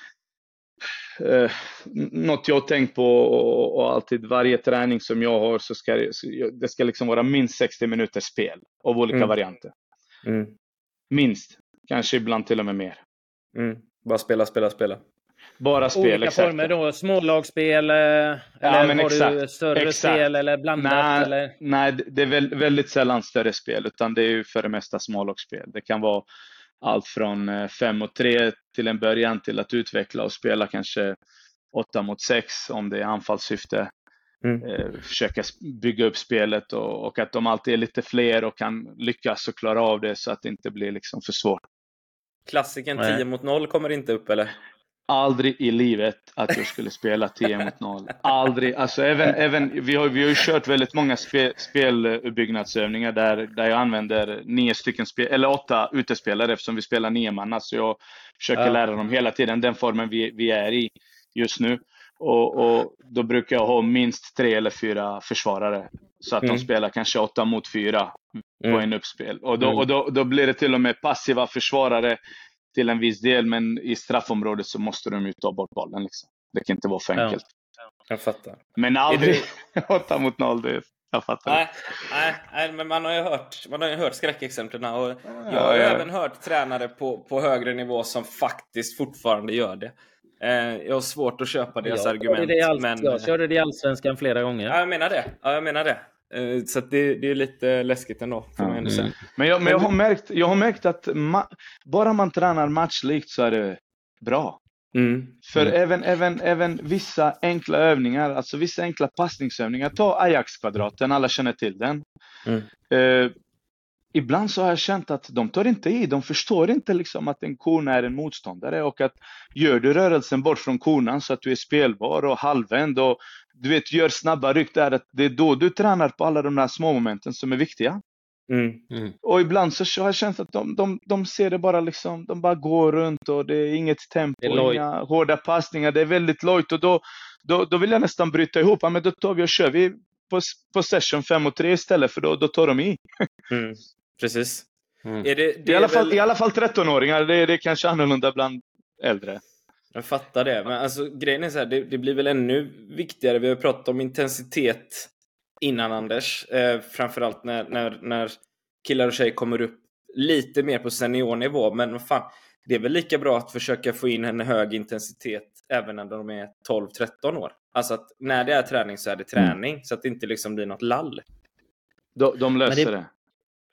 eh, något jag har tänkt på, och, och alltid varje träning som jag har så ska det, det ska liksom vara minst sextio minuter spel av olika mm. varianter. Mm. Minst, kanske ibland till och med mer. Mm. Bara spela, spela, spela. Bara spel, olika exakt. former då, smålagsspel eller ja, har exakt. du större exakt. spel eller blandat? Nej, eller? nej, det är väl, väldigt sällan större spel, utan det är ju för det mesta smålagsspel. Det kan vara allt från fem mot tre till en början till att utveckla och spela kanske åtta mot sex om det är anfallssyfte. Mm. Eh, försöka bygga upp spelet och, och att de alltid är lite fler och kan lyckas och klara av det så att det inte blir liksom för svårt. Klassiken tio mot noll kommer inte upp, eller? Aldrig i livet att jag skulle spela tio mot noll. Aldrig. Alltså även, även, vi, har, vi har ju kört väldigt många spe, speluppbyggnadsövningar där, där jag använder nio stycken spel, eller åtta utespelare, eftersom vi spelar nio man. Så jag försöker ja. lära dem hela tiden den formen vi, vi är i just nu. Och, och då brukar jag ha minst tre eller fyra försvarare. Så att mm. de spelar kanske åtta mot fyra på mm. en uppspel. Och, då, och då, då blir det till och med passiva försvarare till en viss del, men i straffområdet så måste de ju ta bort bollen liksom. Det kan inte vara för enkelt. Ja, jag fattar. Men aldrig åtta mot noll, det jag fattar. Nej, nej, nej, men man har ju hört, man har ju hört skräckexemplen, och jag har ju ja, ja. även hört tränare på, på högre nivå som faktiskt fortfarande gör det. Eh, jag har svårt att köpa deras jag argument. Det all, men, jag körde det i Allsvenskan flera gånger. Ja, jag menar det. Ja, jag menar det. Så att det, det är lite läskigt ändå. Får man ändå säga. Mm. Men, jag, men jag, har märkt, jag har märkt att ma- bara man tränar matchlikt så är det bra. Mm. För mm. Även, även, även vissa enkla övningar, alltså vissa enkla passningsövningar. Ta Ajax-kvadraten, alla känner till den. Mm. Eh, ibland så har jag känt att de tar inte i, de förstår inte liksom att en kona är en motståndare, och att gör du rörelsen bort från konan så att du är spelbar och halvvänd och du vet, gör snabba ryck där, att det är då du tränar på alla de där små momenten som är viktiga. Mm. Mm. Och ibland så har jag känt att de, de, de ser det bara liksom, de bara går runt och det är inget tempo, är inga hårda passningar, det är väldigt lojt, och då, då, då vill jag nästan bryta ihop, men då tar vi och kör vi på, på session fem och tre istället, för då, då tar de i. Mm. Precis. Mm. Är det, det I, alla fall, väl... I alla fall tretton-åringar, det, det är kanske annorlunda bland äldre. Jag fattar det, men alltså grejen är så här, det, det blir väl ännu viktigare. Vi har pratat om intensitet innan, Anders, eh, framförallt när, när, när killar och tjejer kommer upp lite mer på seniornivå, men vad fan, det är väl lika bra att försöka få in en hög intensitet även när de är tolv tretton år. Alltså att när det är träning så är det träning, mm. så att det inte liksom blir något lall. De, de löser det, det.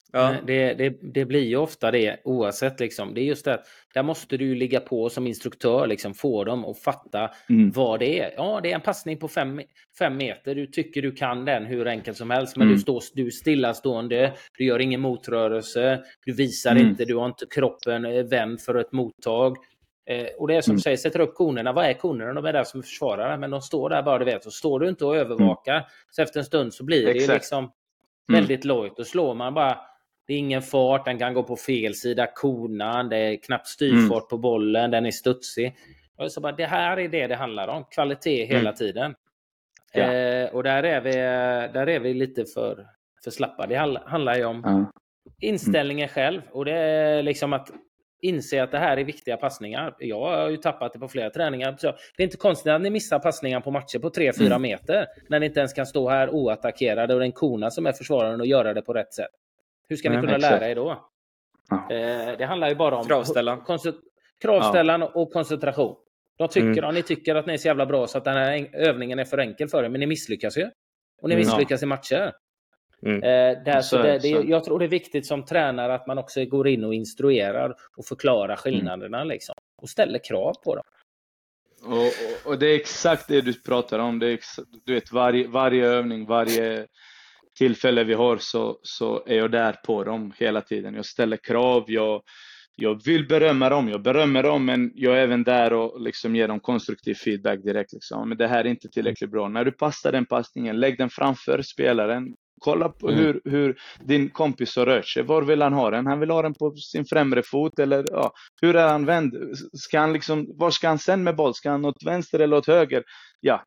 Ja. Det, det, det blir ju ofta det oavsett liksom. Det är just det att där måste du ju ligga på som instruktör liksom, få dem att fatta mm. vad det är. Ja, det är en passning på fem, fem meter. Du tycker du kan den hur enkelt som helst, men mm. du står du är stillastående, du gör ingen motrörelse, du visar mm. inte, du har inte kroppen vänd för ett mottag. Eh, och det är som mm. säger, sätter upp konerna. Vad är konerna? De är där som försvarare, men de står där bara, du vet. Så står du inte och övervakar, mm. så efter en stund så blir det Exakt. liksom mm. väldigt lojt. Och slår man bara, det är ingen fart, den kan gå på fel sida konan, det är knappt styrfart mm. på bollen, den är studsig. Och så bara, det här är det det handlar om, kvalitet hela mm. tiden. Ja. Eh, och där är vi där är vi lite för, för slappa. Det handlar ju om mm. inställningen själv, och det är liksom att inse att det här är viktiga passningar. Jag har ju tappat det på flera träningar. Så det är inte konstigt att ni missar passningar på matcher på tre fyra mm. meter när ni inte ens kan stå här oattackerade och det är en kona som är försvararen och göra det på rätt sätt. Hur ska ni kunna mm, lära er då? Ja. Eh, det handlar ju bara om kravställan, konce- kravställan ja. och koncentration. De tycker, mm. om ni tycker att ni är så jävla bra så att den här övningen är för enkel för er, men ni misslyckas ju. Och ni misslyckas mm. i matcher. Mm. Eh, där, så, så det, det, jag tror det är viktigt som tränare att man också går in och instruerar och förklarar skillnaderna mm. liksom, och ställer krav på dem. Och, och, och det är exakt det du pratar om. Det är exakt, du vet, varje, varje övning, varje tillfälle vi har så, så är jag där på dem hela tiden. Jag ställer krav, jag, jag vill berömma dem, jag berömmer dem, men jag är även där och liksom ger dem konstruktiv feedback direkt. Liksom. Men det här är inte tillräckligt bra. När du passar den passningen, lägg den framför spelaren. Kolla på mm. hur, hur din kompis har rört sig. Var vill han ha den? Han vill ha den på sin främre fot. Eller, ja, hur är han vänd? Ska han liksom, var ska han sen med boll? Ska han åt vänster eller åt höger? Ja,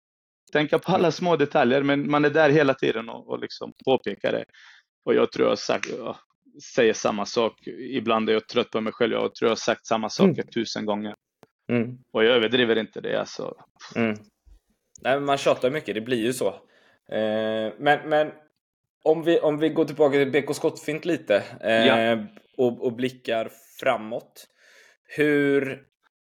tänka på alla små detaljer. Men man är där hela tiden och, och liksom påpekar det. Och jag tror jag har sagt, ja, säger samma sak. Ibland är jag trött på mig själv. Jag tror jag har sagt samma saker mm. tusen gånger. Mm. Och jag överdriver inte det. Alltså. Mm. Nej, man tjatar mycket. Det blir ju så. Eh, men, men om vi, om vi går tillbaka till B K Skottfint lite eh, ja. och, och blickar framåt. Hur,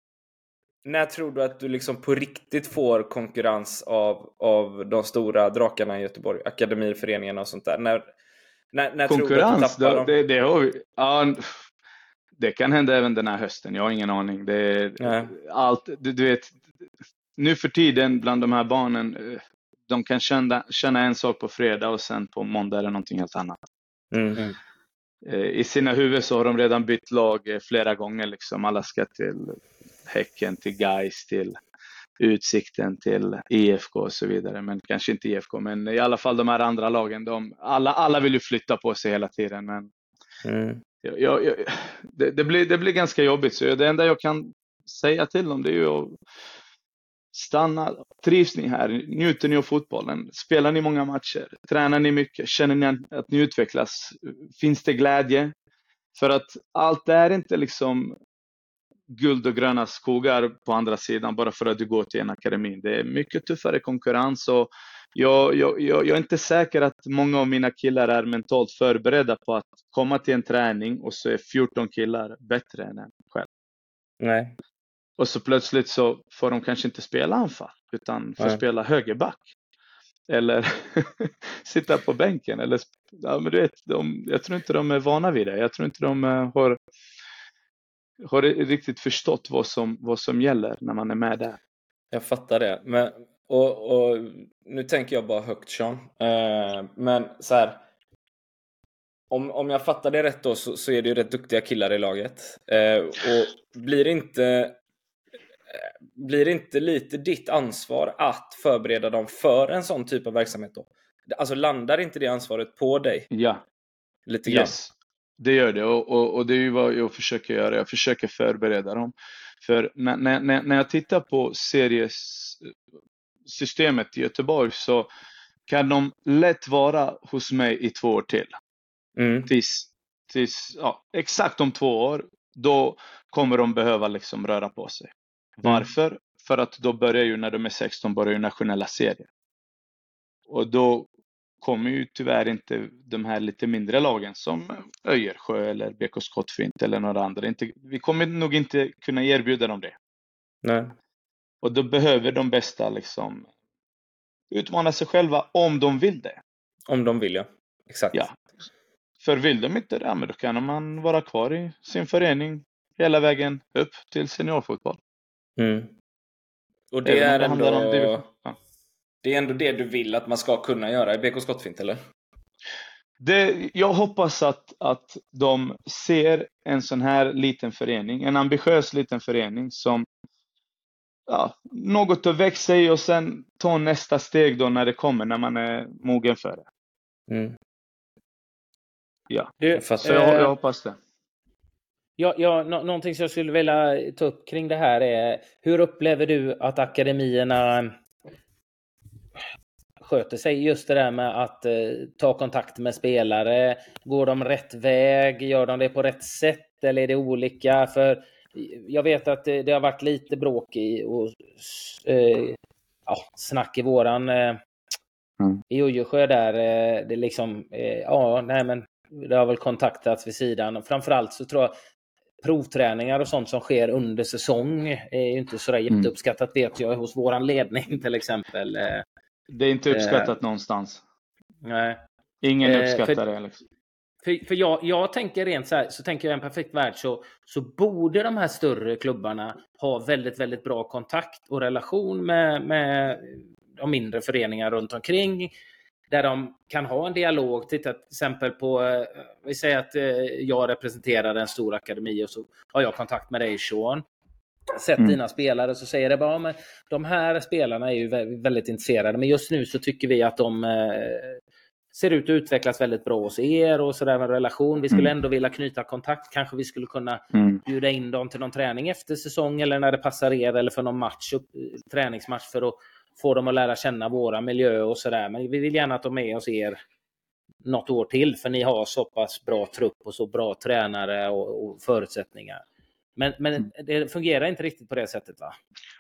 när tror du att du liksom på riktigt får konkurrens av, av de stora drakarna i Göteborg, akademiföreningarna och sånt där? När, när, när konkurrens, tror du att du det, det, har vi, ja, det kan hända även den här hösten. Jag har ingen aning. Det, allt, du, du vet, nu för tiden bland de här barnen, de kan känna, känna en sak på fredag och sen på måndag är det någonting helt annat. Mm. Mm. I sina huvud så har de redan bytt lag flera gånger. Liksom. Alla ska till Häcken, till Gais, till Utsikten, till I F K och så vidare. Men kanske inte I F K, men i alla fall de här andra lagen. De, alla, alla vill ju flytta på sig hela tiden. Men mm. jag, jag, det, det, blir, det blir ganska jobbigt. Så det enda jag kan säga till dem det är ju att stanna, trivs ni här, njuter ni av fotbollen, spelar ni många matcher, tränar ni mycket, känner ni att ni utvecklas, finns det glädje? För att allt är inte liksom guld och gröna skogar på andra sidan bara för att du går till en akademi. Det är mycket tuffare konkurrens och jag, jag, jag, jag är inte säker att många av mina killar är mentalt förberedda på att komma till en träning och så är fjorton killar bättre än en själv. Nej. Och så plötsligt så får de kanske inte spela anfall utan får Nej. spela högerback. Eller sitta på bänken. Eller, ja, men du vet, de, jag tror inte de är vana vid det. Jag tror inte de har, har riktigt förstått vad som, vad som gäller när man är med där. Jag fattar det. Men, och, och nu tänker jag bara högt, Sean. Eh, men så här. Om, om jag fattar det rätt då så, så är det ju rätt duktiga killar i laget. Eh, och blir inte... Blir det inte lite ditt ansvar att förbereda dem för en sån typ av verksamhet då? Alltså landar inte det ansvaret på dig? Ja. Lite grann. Yes. Det gör det och, och, och det är ju vad jag försöker göra. Jag försöker förbereda dem. För när, när, när jag tittar på seriesystemet i Göteborg så kan de lätt vara hos mig i två år till. Mm. Tills, tills ja, exakt om två år då kommer de behöva liksom röra på sig. Varför? Mm. För att då börjar ju när de är sexton börjar ju nationella serier. Och då kommer ju tyvärr inte de här lite mindre lagen som Öjersjö eller B K Skottfint eller några andra. Inte, vi kommer nog inte kunna erbjuda dem det. Nej. Och då behöver de bästa liksom utmana sig själva om de vill det. Om de vill, ja. Exakt. Ja. För vill de inte det, ja, men då kan man vara kvar i sin förening hela vägen upp till seniorfotboll. Mm. Och det är, det, ändå, om ja. det är ändå det du vill att man ska kunna göra i B K Skottfint, eller? Det, jag hoppas att, att de ser en sån här liten förening, en ambitiös liten förening som ja, något att växa i och sen ta nästa steg då när det kommer, när man är mogen för det. Mm. Ja, Du, så jag, jag hoppas det. Ja, ja, nå- någonting som jag skulle vilja ta upp kring det här är, hur upplever du att akademierna sköter sig? Just det där med att eh, ta kontakt med spelare. Går de rätt väg? Gör de det på rätt sätt? Eller är det olika? För jag vet att det, det har varit lite bråk i och eh, ja, snack i våran eh, Mm. i Ujjesjö där. Eh, det liksom, eh, ja, nej men det har väl kontaktats vid sidan. Och framförallt så tror jag provträningar och sånt som sker under säsong är ju inte så där jätteuppskattat, vet jag, hos våran ledning till exempel. Det är inte uppskattat eh, någonstans. Nej. Ingen uppskattar eh, för, det, Alex. För, för jag, jag tänker rent så här, så tänker jag en perfekt värld så, så borde de här större klubbarna ha väldigt, väldigt bra kontakt och relation med, med de mindre föreningar runt omkring. Där de kan ha en dialog. Titta till exempel på, vi säger att jag representerar en stor akademi och så har jag kontakt med dig, Sean. Sett mm. dina spelare, så säger det bara, men de här spelarna är ju väldigt intresserade, men just nu så tycker vi att de ser ut att utvecklas väldigt bra hos er och sådär med relation. Vi skulle mm. ändå vilja knyta kontakt. Kanske vi skulle kunna mm. bjuda in dem till någon träning efter säsong eller när det passar er, eller för någon match, träningsmatch, för att få dem att lära känna våra miljö och sådär. Men vi vill gärna att de är hos er något år till, för ni har så pass bra trupp och så bra tränare och, och förutsättningar. Men, men det fungerar inte riktigt på det sättet, va?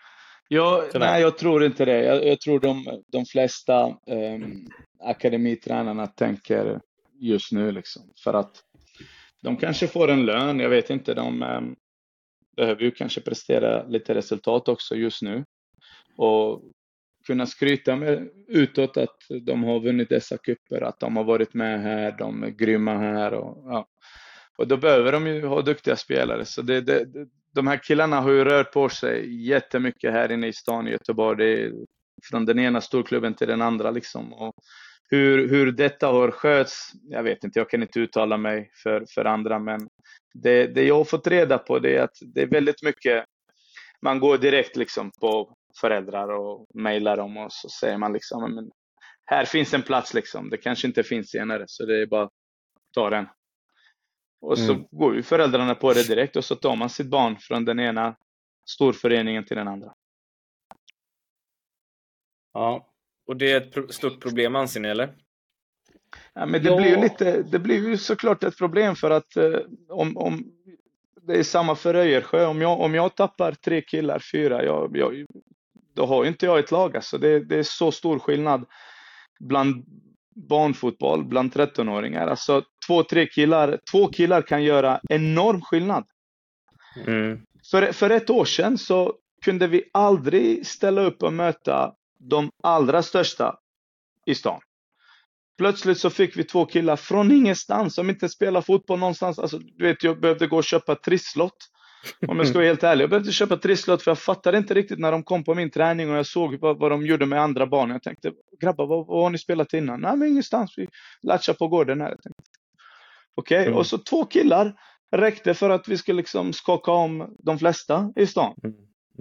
Ja, nej, jag tror inte det. Jag, jag tror de, de flesta um, akademitränarna tänker just nu liksom. För att de kanske får en lön, jag vet inte. De um, behöver ju kanske prestera lite resultat också just nu. Och kunna skryta med utåt att de har vunnit dessa kupper, att de har varit med här, de är grymma här. Och, ja. och då behöver de ju ha duktiga spelare. Så det, det, de här killarna har ju rört på sig jättemycket här inne i stan i Göteborg. Det är från den ena storklubben till den andra liksom. Och hur, hur detta har sköts, jag vet inte, jag kan inte uttala mig för, för andra. Men det, det jag har fått reda på, det är att det är väldigt mycket, man går direkt liksom på föräldrar och mejlar dem och så säger man liksom, men här finns en plats liksom, det kanske inte finns senare, så det är bara att ta den. Och så mm. går ju föräldrarna på det direkt och så tar man sitt barn från den ena storföreningen till den andra. Ja, och det är ett pro- stort problem, anser ni, eller? Ja, men det ja. blir ju lite, det blir ju såklart ett problem, för att eh, om, om det är samma för Öjersjö, om jag, om jag tappar tre killar, fyra, jag, jag, då har inte jag ett lag. Alltså det, det är så stor skillnad bland barnfotboll, bland trettonåringar. Alltså två, tre killar, två killar kan göra enorm skillnad. Mm. För, för ett år sedan så kunde vi aldrig ställa upp och möta de allra största i stan. Plötsligt så fick vi två killar från ingenstans som inte spelar fotboll någonstans. Alltså, du vet, jag behövde gå och köpa trisslott. Om jag ska vara helt ärlig. Jag behövde köpa trisslott för jag fattade inte riktigt när de kom på min träning och jag såg vad, vad de gjorde med andra barn. Jag tänkte, grabbar, vad, vad har ni spelat innan? Nej, men ingenstans. Vi latchade på gården här. Okej, okay. mm. Och så två killar räckte för att vi skulle liksom skaka om de flesta i stan. Mm.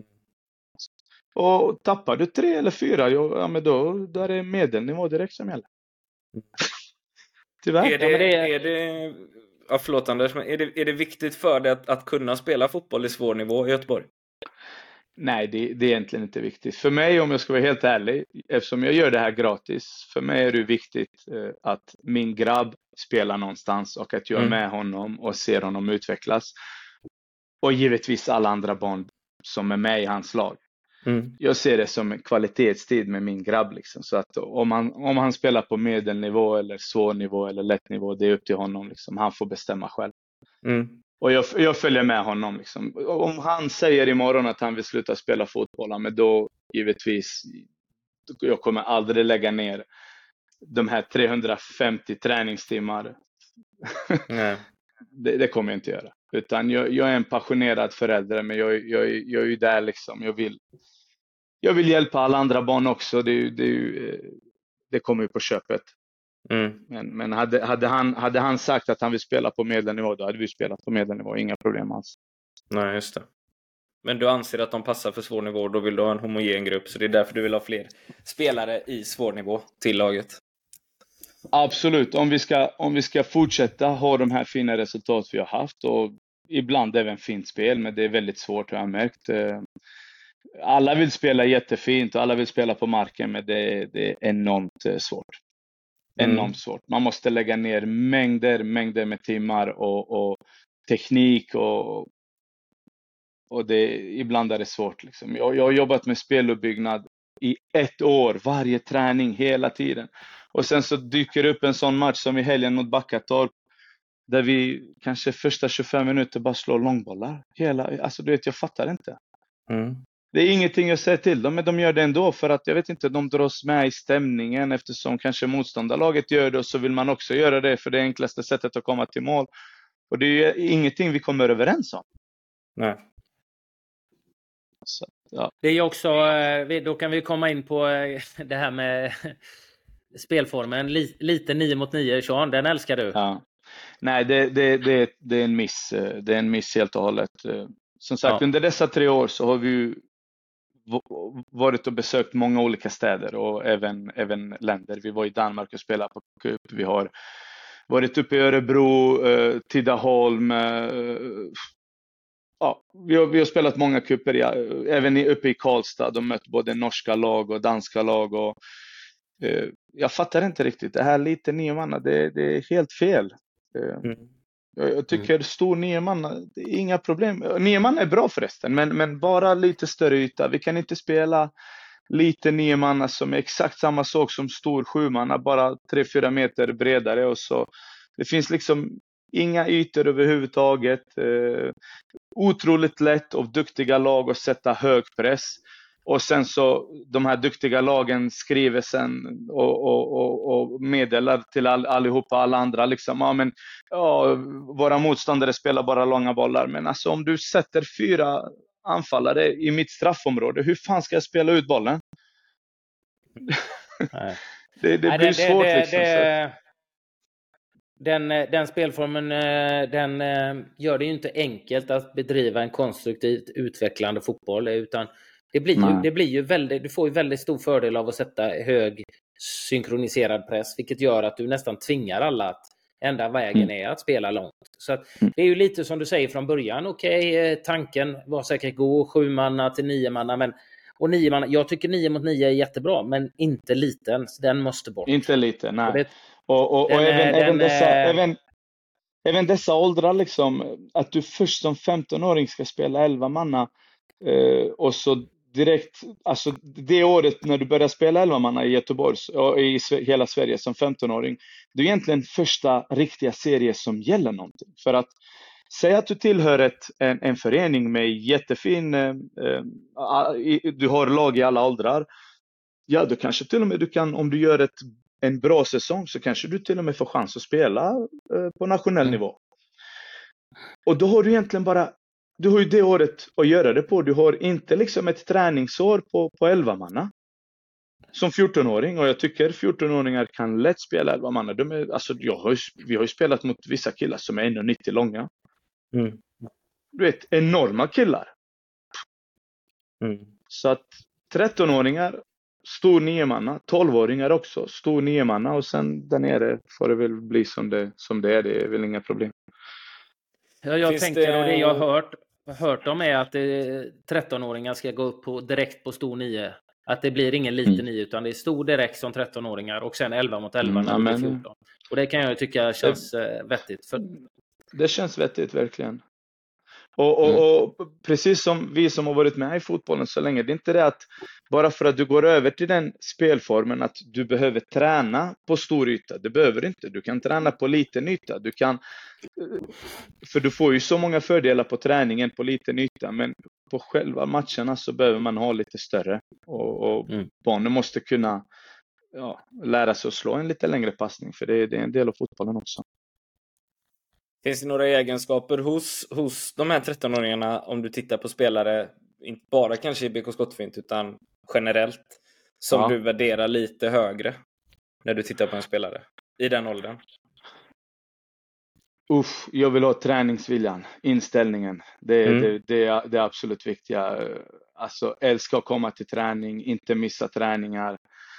Och tappar du tre eller fyra, ja, men då där är medelnivå direkt som gäller. Tyvärr. Är det, ja, men det är... är det, ja, förlåt Anders, men är det, är det viktigt för dig att, att kunna spela fotboll i svår nivå i Göteborg? Nej, det, det är egentligen inte viktigt. För mig, om jag ska vara helt ärlig, eftersom jag gör det här gratis, för mig är det viktigt eh, att min grabb spelar någonstans och att jag är mm. med honom och ser honom utvecklas. Och givetvis alla andra barn som är med i hans lag. Mm. Jag ser det som en kvalitetstid med min grabb liksom. Så att om han, om han spelar på medelnivå eller svår nivå eller lätt nivå, det är upp till honom liksom. Han får bestämma själv. Mm. Och jag, jag följer med honom liksom. Om han säger imorgon att han vill sluta spela fotboll, men då givetvis jag kommer aldrig lägga ner de här trehundrafemtio träningstimmar Nej. det, det kommer jag inte göra. Utan jag, jag är en passionerad förälder, men jag, jag, jag är ju där liksom. Jag vill, jag vill hjälpa alla andra barn också. Det, det, det kommer ju på köpet. Mm. Men, men hade, hade, han, hade han sagt att han vill spela på medelnivå, då hade vi spelat på medelnivå. Inga problem alls. Nej, just det. Men du anser att de passar för svår nivå, då vill du ha en homogen grupp. Så det är därför du vill ha fler spelare i svår nivå till laget. Absolut. Om vi ska, om vi ska fortsätta ha de här fina resultat vi har haft, och ibland även fint spel, men det är väldigt svårt, har jag märkt. Alla vill spela jättefint och alla vill spela på marken, men det, det är enormt svårt. Enormt mm. svårt. Man måste lägga ner mängder, mängder med timmar och, och teknik och Och det, ibland är det svårt. Liksom. Jag, jag har jobbat med speluppbyggnad i ett år. Varje träning, hela tiden. Och sen så dyker upp en sån match som i helgen mot Backatorp. Där vi kanske första tjugofem minuter bara slår långbollar. Hela, alltså du vet, jag fattar inte. Mm. Det är ingenting jag säger till dem, men de gör det ändå. För att jag vet inte, de dras med i stämningen. Eftersom kanske motståndarlaget gör det, och så vill man också göra det. För det enklaste sättet att komma till mål. Och det är ingenting vi kommer överens om. Nej. Så, ja. Det är ju också, då kan vi komma in på det här med spelformen, lite nio mot nio, Sean, den älskar du. Ja. Nej, det, det, det, det är en miss, det är en miss helt och hållet. Som sagt, ja. Under dessa tre år så har vi ju varit och besökt många olika städer och även, även länder. Vi var i Danmark och spelade på cup, vi har varit uppe i Örebro, Tidaholm. Ja, vi har, vi har spelat många cuper, ja, även uppe i Karlstad. De mött både norska lag och danska lag. Och, eh, jag fattar inte riktigt. Det här lite nio manna, det, det är helt fel. Eh, mm. jag, jag tycker mm. stor nio manna, det är inga problem. Nio manna är bra förresten, men, men bara lite större yta. Vi kan inte spela lite nio manna som är exakt samma sak som stor sju manna, bara tre fyra meter bredare. Och så. Det finns liksom inga ytor överhuvudtaget. Eh, otroligt lätt av duktiga lag att sätta hög press. Och sen så de här duktiga lagen skriver sen och, och, och, och meddelar till all, allihopa, alla andra liksom. Ja, men, ja, våra motståndare spelar bara långa bollar. Men alltså om du sätter fyra anfallare i mitt straffområde, hur fan ska jag spela ut bollen? Nej. det, det Nej, blir det, svårt det, liksom. Det... Den, den spelformen den gör det ju inte enkelt att bedriva en konstruktivt utvecklande fotboll, utan det blir ju, det blir ju väldigt, du får ju väldigt stor fördel av att sätta hög synkroniserad press, vilket gör att du nästan tvingar alla att enda vägen mm. är att spela långt. Så att det är ju lite som du säger från början, okej, okay, tanken var säkert gå sju manna till nio manna, men och nio manna, jag tycker nio mot nio är jättebra, men inte liten, den måste bort. Inte lite, nej. Och det, Och, och, och den, även, den, även, dessa, äh... även, även dessa åldrar liksom, att du först som femton-åring ska spela elva manna eh, och så direkt, alltså det året när du börjar spela elva manna i Göteborg och i hela Sverige som femton-åring, det är egentligen första riktiga serie som gäller någonting. För att säga att du tillhör ett, en, en förening med jättefin, eh, du har lag i alla åldrar, ja då kanske till och med du kan, om du gör ett en bra säsong, så kanske du till och med får chans att spela eh, på nationell mm. nivå. Och då har du egentligen bara, du har ju det året att göra det på. Du har inte liksom ett träningsår på, på elva manna. Som fjorton-åring, och jag tycker fjorton-åringar kan lätt spela elva manna. De är, alltså, jag har ju, vi har ju spelat mot vissa killar som är en komma nittio långa. Mm. Du vet, enorma killar. Mm. Så att tretton-åringar, stor nio-manna, tolv-åringar också, stor nio-manna, och sen där nere får det väl bli som det, som det är, det är väl inga problem. Ja, jag Finns tänker, det... och det jag har hört, hört om är att tretton-åringar ska gå upp på, direkt på stor nio. Att det blir ingen liten mm. nio, utan det är stor direkt som tretton-åringar och sen elva mot elva när mm, det blir fjorton. Och det kan jag tycka känns det, vettigt. För... Det känns vettigt, verkligen. Och, och, mm. och precis som vi som har varit med i fotbollen så länge, det är inte det att bara för att du går över till den spelformen att du behöver träna på stor yta. Det behöver inte. Du kan träna på liten yta. Du kan, för du får ju så många fördelar på träningen på liten yta, men på själva matcherna så behöver man ha lite större. Och, och mm. barnen måste kunna ja, lära sig att slå en lite längre passning, för det, det är en del av fotbollen också. Finns det några egenskaper hos, hos de här trettonåringarna, om du tittar på spelare, inte bara kanske i B K Skottefint utan generellt, som ja. du värderar lite högre när du tittar på en spelare i den åldern? Uff, jag vill ha träningsviljan, inställningen. Det, mm. det, det, är, det är absolut viktiga. Alltså älska att komma till träning, inte missa träningar.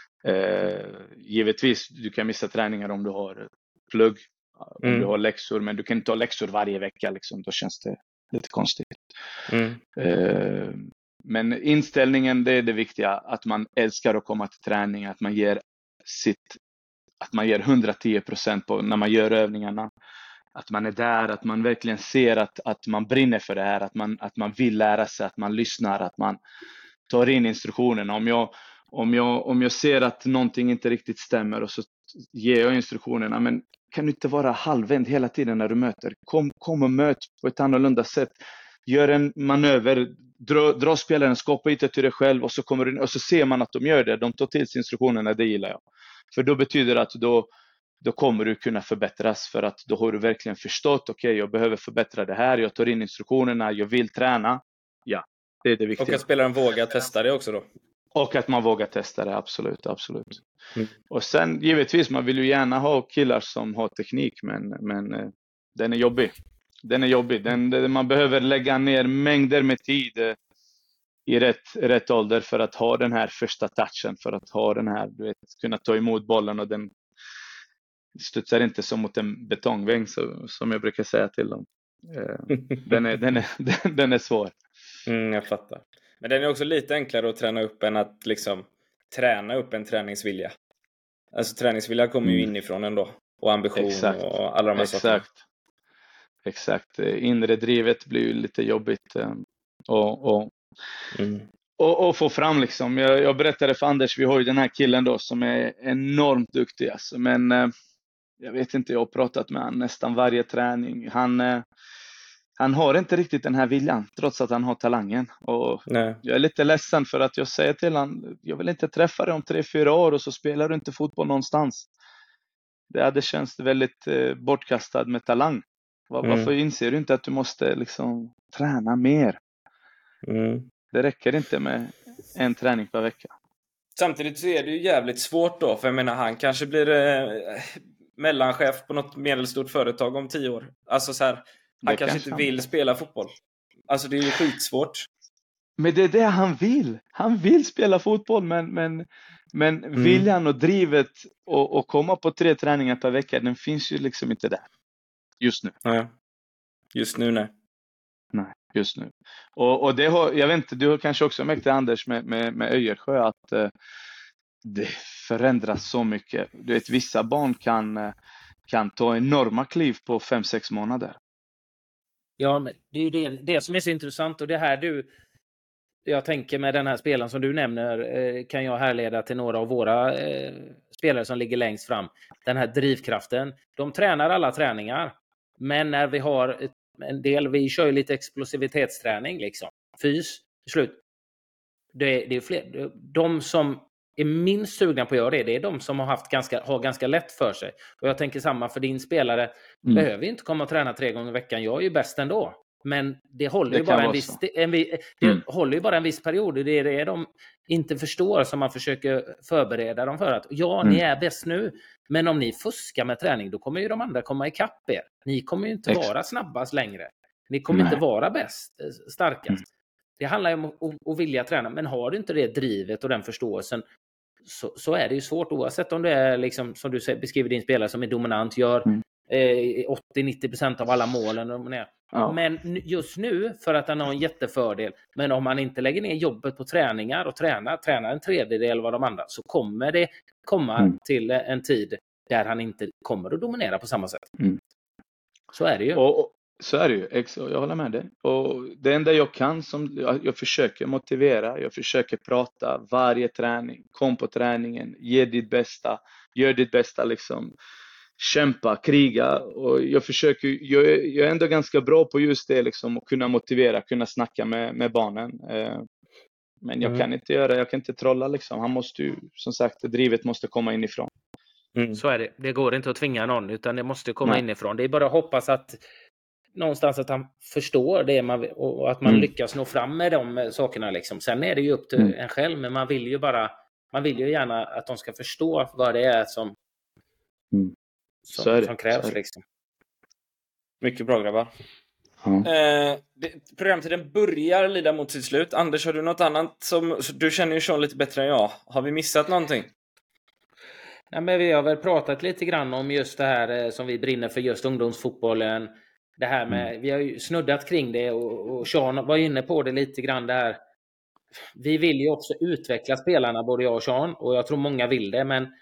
Eh, givetvis, du kan missa träningar om du har plugg, om mm. du har läxor, men du kan inte ha läxor varje vecka liksom, då känns det lite konstigt. Mm. Eh, men inställningen, det är det viktiga, att man älskar att komma till träning, att man ger sitt, att man ger hundratio procent på när man gör övningarna, att man är där, att man verkligen ser att, att man brinner för det här, att man, att man vill lära sig, att man lyssnar, att man tar in instruktionerna. Om jag Om jag, om jag ser att någonting inte riktigt stämmer och så ger jag instruktionerna, men kan du inte vara halvvänd hela tiden när du möter? Kom, kom och möt på ett annorlunda sätt. Gör en manöver, dra, dra spelaren, skapa ytor till dig själv och så, kommer du, och så ser man att de gör det. De tar till sig instruktionerna, det gillar jag. För då betyder det att då, då kommer du kunna förbättras, för att då har du verkligen förstått, okej, okay, jag behöver förbättra det här, jag tar in instruktionerna, jag vill träna. Ja, det är det viktiga. Och att spelaren vågar testa det också då? Och att man vågar testa det, absolut, absolut. Mm. Och sen givetvis, man vill ju gärna ha killar som har teknik, men, men eh, den är jobbig. Den är jobbig. Den, den, man behöver lägga ner mängder med tid eh, i rätt, rätt ålder för att ha den här första touchen, för att ha den här, du vet, kunna ta emot bollen och den studsar inte som mot en betongvägg, så, som jag brukar säga till dem. Eh, den, är, den, är, den, den är svår. Mm, jag fattar. Men den är också lite enklare att träna upp än att liksom träna upp en träningsvilja. Alltså träningsvilja kommer ju inifrån ändå. Och ambition. Exakt. Och alla de här Exakt. sakerna. Exakt. Inre drivet blir ju lite jobbigt. Och, och, mm. och, och få fram liksom. Jag, jag berättade för Anders, vi har ju den här killen då som är enormt duktig. Alltså. Men jag vet inte, jag har pratat med han nästan varje träning. Han... Han har inte riktigt den här viljan, trots att han har talangen. Och Nej. Jag är lite ledsen för att jag säger till honom, jag vill inte träffa dig om tre, fyra år och så spelar du inte fotboll någonstans. Det hade känts väldigt eh, bortkastad med talang. Var, mm. Varför inser du inte att du måste liksom träna mer? Mm. Det räcker inte med en träning per vecka. Samtidigt så är det ju jävligt svårt då, för jag menar, han kanske blir eh, mellanchef på något medelstort företag om tio år. Alltså så här... Han kanske, kanske inte vill han... spela fotboll. Alltså det är ju skitsvårt. Men det är det han vill. Han vill spela fotboll, men, men, men mm. viljan och drivet och, och komma på tre träningar per vecka, den finns ju liksom inte där. Just nu. Nej. Just nu, nej. Nej, just nu. Och, och det har, jag vet inte, du har kanske också märkt det, Anders, med, med, med Öjersjö, att eh, det förändras så mycket. Du vet, vissa barn kan, kan ta enorma kliv på fem sex månader. Ja, men det är ju det, det som är så intressant, och det här du, jag tänker med den här spelaren som du nämner, eh, kan jag härleda till några av våra eh, spelare som ligger längst fram. Den här drivkraften, de tränar alla träningar, men när vi har ett, en del, vi kör ju lite explosivitetsträning liksom, fys, slut. Det, det är fler, de som är minst sugna på att göra det, det är de som har haft ganska, har ganska lätt för sig. Och jag tänker samma för din spelare. Mm. Behöver inte komma och träna tre gånger i veckan. Jag är ju bäst ändå. Men det håller det ju bara en viss, en, det mm. håller ju bara en viss period. Det är det de inte förstår som man försöker förbereda dem för. Att ja, mm. ni är bäst nu. Men om ni fuskar med träning, då kommer ju de andra komma ikapp er. Ni kommer ju inte Ex- vara snabbast längre. Ni kommer Nej. inte vara bäst, starkast. Mm. Det handlar ju om att, att vilja träna. Men har du inte det drivet och den förståelsen, så, så är det ju svårt, oavsett om det är liksom, som du beskriver, din spelare som är dominant, gör mm. eh, åttio till nittio procent av alla målen. Ja. Men just nu, för att han har en jättefördel, men om man inte lägger ner jobbet på träningar och tränar, tränar en tredjedel av de andra, så kommer det komma mm. till en tid där han inte kommer att dominera på samma sätt. Mm. Så är det ju. Och, och, så är det ju, jag håller med dig. Och det enda jag kan, som jag, jag försöker motivera, jag försöker prata varje träning, kom på träningen, ge ditt bästa, gör ditt bästa liksom. Kämpa, kriga, och jag försöker, jag är, jag är ändå ganska bra på just det liksom, att kunna motivera, kunna snacka med, med barnen, eh, men jag mm. kan inte göra, jag kan inte trolla liksom, han måste ju, som sagt, drivet måste komma inifrån. Mm. Så är det. Det går inte att tvinga någon, utan det måste komma Nej. inifrån. Det är bara att hoppas att någonstans att han förstår det man, och att man mm. lyckas nå fram med de sakerna. Liksom. Sen är det ju upp till mm. en själv, men man vill ju bara man vill ju gärna att de ska förstå vad det är som, mm. som, är som krävs. Liksom. Mycket bra, grabbar. Mm. Eh, det, programtiden börjar lida mot sitt slut. Anders, har du något annat som du känner ju Sean lite bättre än jag? Har vi missat någonting? Nej, men vi har väl pratat lite grann om just det här eh, som vi brinner för, just ungdomsfotbollen. Det här med, mm. vi har ju snuddat kring det och, och Sean var inne på det lite grann där. Vi vill ju också utveckla spelarna, både jag och Sean, och jag tror många vill det, men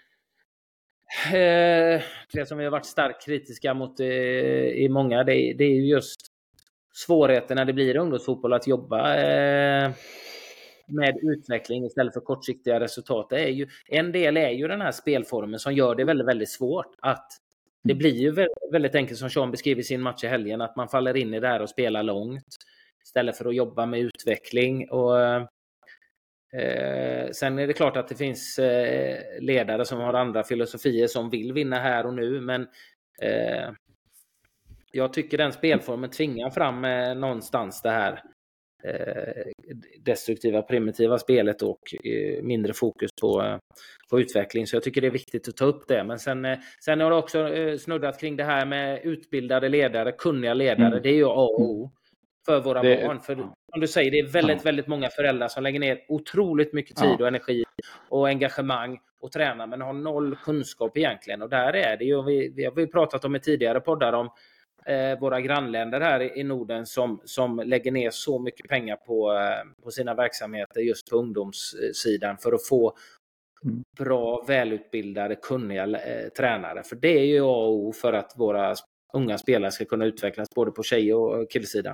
eh, det som vi har varit starkt kritiska mot eh, i många, det, det är ju just svårigheten när det blir ungdomsfotboll att jobba eh, med utveckling istället för kortsiktiga resultat. Det är ju, en del är ju den här spelformen som gör det väldigt, väldigt svårt. Att det blir ju väldigt, väldigt enkelt, som Sean beskriver i sin match i helgen, att man faller in i det här och spelar långt istället för att jobba med utveckling. Och eh, sen är det klart att det finns eh, ledare som har andra filosofier som vill vinna här och nu, men eh, jag tycker den spelformen tvingar fram eh, någonstans det här eh, destruktiva, primitiva spelet och eh, mindre fokus på, eh, på utveckling. Så jag tycker det är viktigt att ta upp det. Men sen, eh, sen har det också eh, snuddat kring det här med utbildade ledare, kunniga ledare. Mm. Det är ju A och O för våra det, barn. För som du säger, det är väldigt, ja. väldigt många föräldrar som lägger ner otroligt mycket tid ja. och energi och engagemang och tränar, men har noll kunskap egentligen. Och där är det ju, vi, vi har ju pratat om i tidigare poddar om Eh, våra grannländer här i, i Norden som, som lägger ner så mycket pengar på, eh, på sina verksamheter just på ungdomssidan för att få mm. bra, välutbildade, kunniga eh, tränare. För det är ju A och O för att våra unga spelare ska kunna utvecklas både på tjej- och killsidan.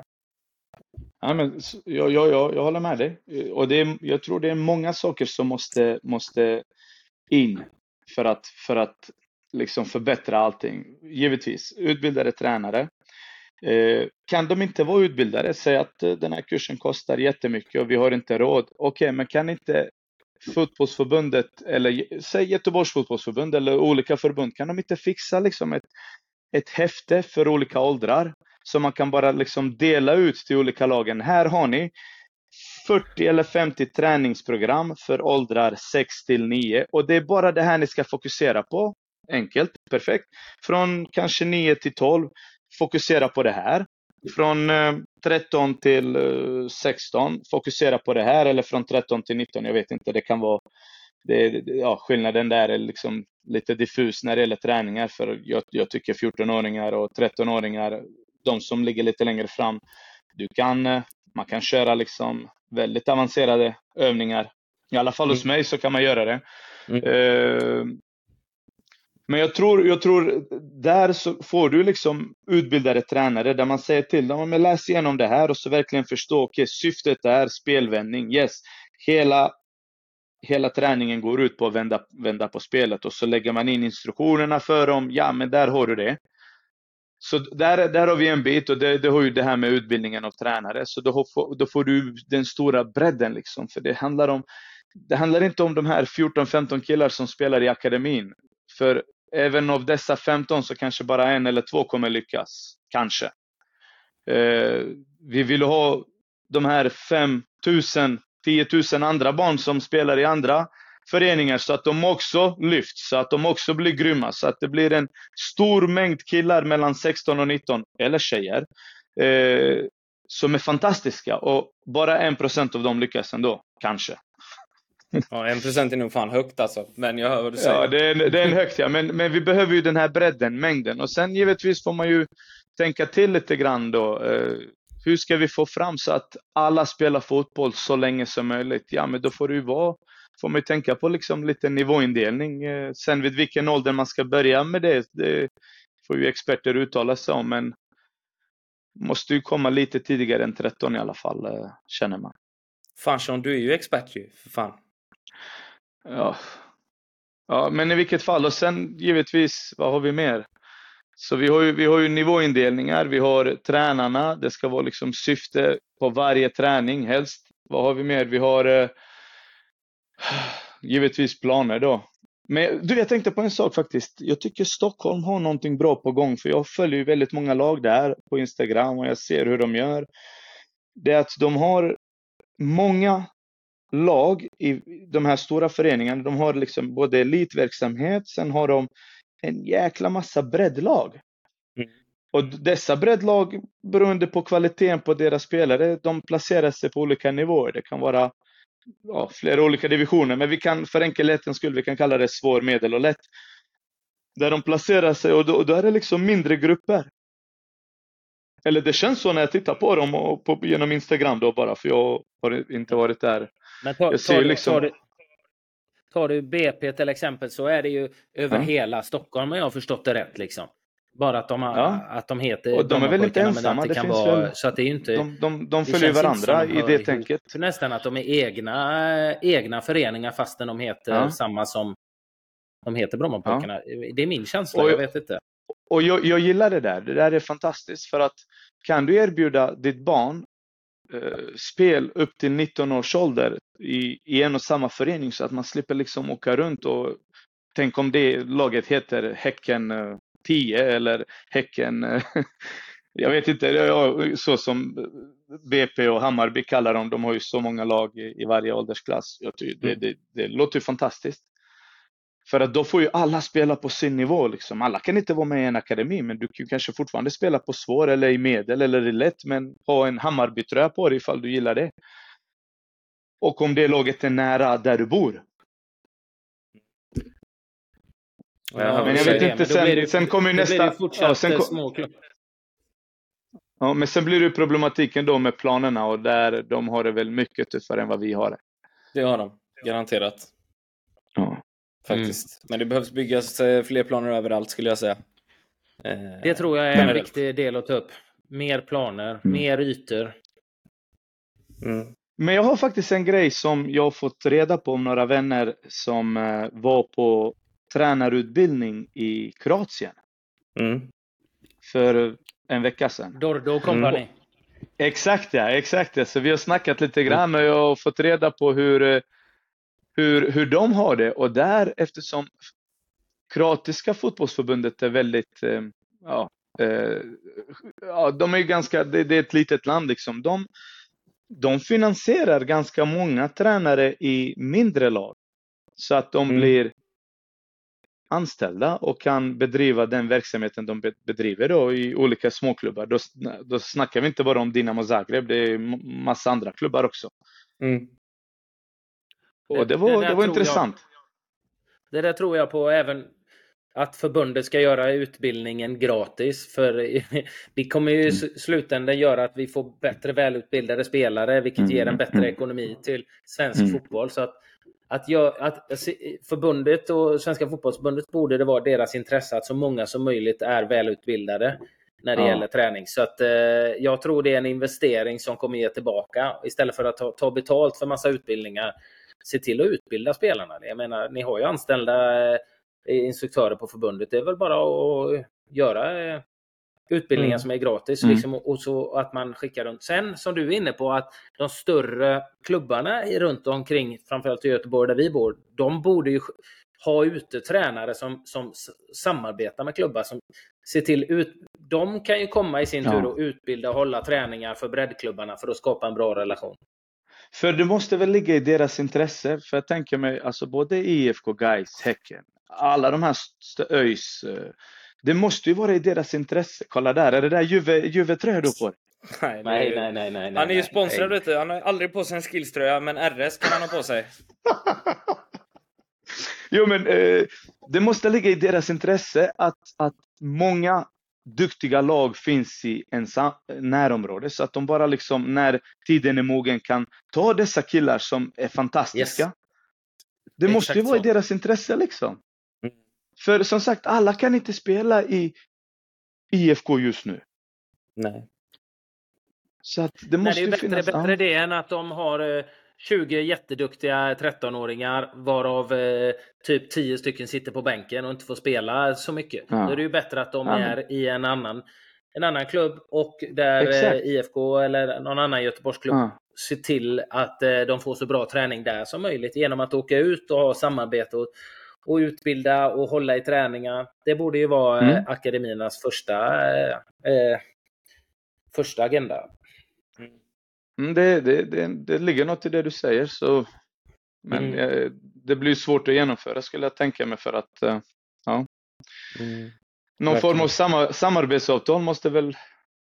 Ja, men, jag, jag, jag, jag håller med dig. Och det är, jag tror det är många saker som måste, måste in för att, för att liksom förbättra allting. Givetvis, utbildade tränare. Eh, kan de inte vara utbildade, säg att eh, den här kursen kostar jättemycket och vi har inte råd. Okej, okay, men kan inte fotbollsförbundet eller säg Göteborgs fotbollsförbund eller olika förbund, kan de inte fixa liksom ett, ett häfte för olika åldrar så man kan bara liksom dela ut till olika lagen. Här har ni fyrtio eller femtio träningsprogram för åldrar sex till nio och det är bara det här ni ska fokusera på. Enkelt, perfekt. Från kanske nio till tolv, fokusera på det här. Från eh, tretton till eh, sexton, fokusera på det här. Eller från tretton till nitton, jag vet inte. Det kan vara, det, ja, skillnaden där är liksom lite diffus när det gäller träningar. För jag, jag tycker fjortonåringar och trettonåringar, de som ligger lite längre fram, du kan, eh, man kan köra liksom väldigt avancerade övningar. I alla fall hos mig så kan man göra det. Mm. Eh, Men jag tror, jag tror där så får du liksom utbildade tränare där man säger till dem, men läs igenom det här och så verkligen förstå, okej, okay, syftet är spelvändning. Yes, hela, hela träningen går ut på att vända, vända på spelet och så lägger man in instruktionerna för dem. Ja, men där har du det. Så där, där har vi en bit och det, det har ju det här med utbildningen av tränare. Så då får, då får du den stora bredden liksom, för det handlar om, det handlar inte om de här fjorton femton killar som spelar i akademin. För även av dessa femton så kanske bara en eller två kommer lyckas. Kanske. Eh, vi vill ha de här fem tusen, tio tusen andra barn som spelar i andra föreningar så att de också lyfts. Så att de också blir grymma. Så att det blir en stor mängd killar mellan sexton och nitton eller tjejer. Eh, som är fantastiska. Och bara en procent av dem lyckas ändå. Kanske. Ja, en procent är nog fan högt alltså. Men jag hör vad du säger. Ja, det är, det är en högt, ja. Men, men vi behöver ju den här bredden, mängden. Och sen givetvis får man ju tänka till lite grann då. Eh, hur ska vi få fram så att alla spelar fotboll så länge som möjligt? Ja, men då får det ju vara, får man ju tänka på liksom lite nivåindelning. Eh, sen vid vilken ålder man ska börja med det, det får ju experter uttala sig om. Men måste ju komma lite tidigare än tretton i alla fall, eh, känner man. Fan Sean, du är ju expert ju, för fan. Ja. Ja, men i vilket fall. Och sen givetvis, vad har vi mer? Så vi har ju, vi har ju nivåindelningar, vi har tränarna, det ska vara liksom syfte på varje träning helst. Vad har vi mer? Vi har eh, givetvis planer då. Men du, jag tänkte på en sak faktiskt. Jag tycker Stockholm har någonting bra på gång. För jag följer ju väldigt många lag där på Instagram. Och jag ser hur de gör. Det är att de har många lag i de här stora föreningarna. De har liksom både elitverksamhet. Sen har de en jäkla massa breddlag. Mm. Och dessa breddlag, beroende på kvaliteten på deras spelare, de placerar sig på olika nivåer. Det kan vara ja, flera olika divisioner, men vi kan för enkelhetens skull vi kan kalla det svår, medel och lätt. Där de placerar sig och då, och då är det liksom mindre grupper. Eller det känns så när jag tittar på dem och på, genom Instagram då bara, för jag har inte varit där. Men ta, jag ser tar, liksom... tar, du, tar du B P till exempel så är det ju över ja. hela Stockholm, om jag har förstått det rätt liksom. Bara att de, har, ja. att de heter... Och de är väl inte ensamma, det, det finns vara, väl... Så att det är inte, de de, de följer varandra de i det tänket. För nästan att de är egna, egna föreningar fastän de heter ja. samma som de heter Brommapojkarna. Ja. Det är min känsla, och, jag vet inte. Och jag, jag gillar det där. Det där är fantastiskt. För att kan du erbjuda ditt barn eh, spel upp till nitton års ålder i, i en och samma förening så att man slipper liksom åka runt och tänk om det laget heter Häcken eh, tio eller Häcken, jag vet inte, så som B P och Hammarby kallar dem, de har ju så många lag i, i varje åldersklass. Jag tycker, det, det, det låter ju fantastiskt. För att då får ju alla spela på sin nivå liksom. Alla kan inte vara med i en akademi, men du kan kanske fortfarande spela på svår eller i medel eller i lätt, men ha en Hammarby-tröja på dig ifall du gillar det. Och om det laget är nära där du bor. Ja, men jag vet inte, sen, det, sen kommer ju nästa... Ja, sen kom, ja, men sen blir det problematiken då med planerna och där de har det väl mycket tuffare än vad vi har det. Det har de, garanterat. Ja. Faktiskt. Mm. Men det behövs byggas fler planer överallt skulle jag säga. Det tror jag är en viktig del att ta upp. Mer planer, mm. mer ytor. Mm. Men jag har faktiskt en grej som jag har fått reda på om några vänner som var på tränarutbildning i Kroatien. Mm. För en vecka sedan. Dordo Company. Mm. Exakt ja, exakt ja. Så vi har snackat lite grann och jag har fått reda på hur, hur, hur de har det. Och där, eftersom kroatiska fotbollsförbundet är väldigt, eh, ja, eh, ja, de är ju ganska, det, det är ett litet land liksom. De, de finansierar ganska många tränare i mindre lag. Så att de mm. blir anställda och kan bedriva den verksamheten de bedriver då i olika småklubbar. Då, då snackar vi inte bara om Dinamo Zagreb, det är massa andra klubbar också. Mm. Och det var, det, det var intressant. Jag, det där tror jag på, även att förbundet ska göra utbildningen gratis. För det kommer ju i slutändan göra att vi får bättre välutbildade spelare, vilket mm. ger en bättre ekonomi till svensk mm. fotboll. Så att Att, jag, att förbundet och Svenska fotbollsförbundet borde det vara deras intresse att så många som möjligt är välutbildade när det ja. gäller träning. Så att eh, jag tror det är en investering som kommer ge tillbaka. Istället för att ta, ta betalt för massa utbildningar, se till att utbilda spelarna. Jag menar, ni har ju anställda eh, instruktörer på förbundet. Det är väl bara att göra eh, utbildningar mm. som är gratis mm. liksom, och så att man skickar runt. Sen som du är inne på att de större klubbarna runt omkring, framförallt i Göteborg där vi bor, de borde ju ha ute tränare som, som samarbetar med klubbar som ser till ut, de kan ju komma i sin ja. tur och utbilda och hålla träningar för breddklubbarna för att skapa en bra relation. För det måste väl ligga i deras intresse, för jag tänker mig alltså både I F K, Gais, Häcken, alla de här ÖIS, det måste ju vara i deras intresse. Kolla där, är det där Juve, Juve-tröja du på? Nej, nej, nej, nej, nej. Han är ju sponsrad, vet du. Han har aldrig på sig en skillströja, men R S kan han ha på sig. Jo, men eh, det måste ligga i deras intresse att, att många duktiga lag finns i en närområde. Så att de bara liksom, när tiden är mogen, kan ta dessa killar som är fantastiska. Yes. Det måste Exakt ju vara så. i deras intresse liksom. För som sagt, alla kan inte spela i I F K just nu. Nej. Så att det måste Nej, det är ju bättre, finnas... bättre det än att de har tjugo jätteduktiga trettonåringar varav eh, typ tio stycken sitter på bänken och inte får spela så mycket. Ja. Då är det ju bättre att de ja. är i en annan, en annan klubb och där eh, I F K eller någon annan Göteborgsklubb ja. ser till att eh, de får så bra träning där som möjligt genom att åka ut och ha samarbete och och utbilda och hålla i träningar. Det borde ju vara mm. akademiernas första, eh, första agenda. Mm, det, det, det, det ligger något i det du säger, så men mm. eh, det blir svårt att genomföra, skulle jag tänka mig, för att eh, ja. Mm. Någon Verkligen. form av samar- samarbetsavtal måste väl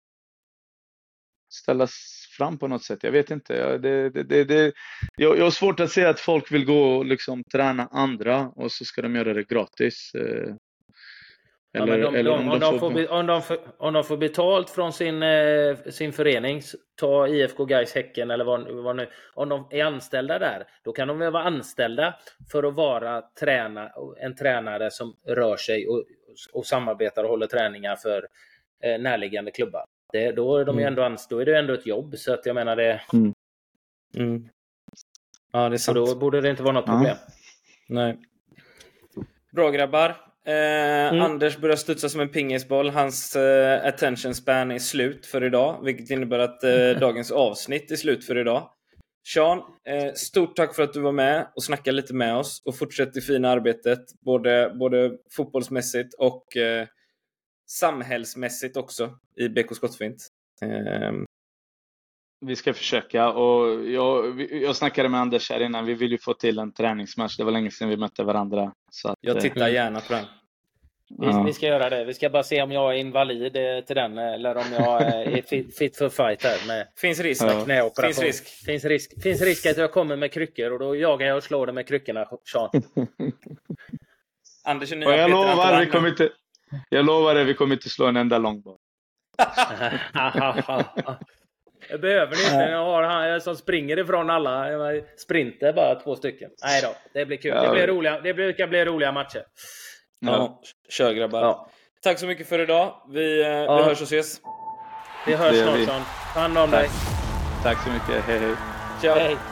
ställas fram på något sätt. Jag vet inte. Det, det, det, det, jag, jag har svårt att se att folk vill gå och liksom träna andra och så ska de göra det gratis. Eller, ja, de, eller om, de, om, de får, be, om, de får, om de får betalt från sin, eh, sin förening, ta I F K Gais Häcken eller vad, vad nu, om de är anställda där, då kan de väl vara anställda för att vara träna, en tränare som rör sig och, och samarbetar och håller träningar för eh, närliggande klubbar. Det, då, är de mm. ändå anst- då är det ändå ett jobb, så att jag menar det... Mm. Mm. Ja, det är sant. Så då borde det inte vara något problem. Ja. Nej. Bra, grabbar. Eh, mm. Anders börjar studsa som en pingisboll. Hans eh, attention span är slut för idag, vilket innebär att eh, dagens avsnitt är slut för idag. Sean, eh, stort tack för att du var med och snackade lite med oss, och fortsätt det fina arbetet både, både fotbollsmässigt och eh, samhällsmässigt också i B K Skottfint. Eh. Vi ska försöka, och jag, jag snackade med Anders här innan. Vi vill ju få till en träningsmatch. Det var länge sedan vi mötte varandra. Så att, jag tittar gärna på den. Vi, ja. vi ska göra det. Vi ska bara se om jag är invalid till den, eller om jag är fit, fit för fight här. Med, finns risk. Med knäoperation. Finns risk. Finns risk. Finns risk att jag kommer med kryckor, och då jagar jag och slår det med kryckorna, Sean. Anders är nya och jag Peter lovar, vi kommer inte, jag lovar det, vi kommer inte slå en enda långboll. Jag behöver inte. Jag har han som springer ifrån alla. Sprinter bara två stycken. Nej då, det blir kul. Ja. Det blir roliga, det brukar bli roliga matcher. Ja, ja. Kör grabbar. Ja. Tack så mycket för idag. Vi, ja. vi hörs och ses. Vi hörs snart. Ta hand om dig. Tack så mycket. Hej hej. Ciao. Hej.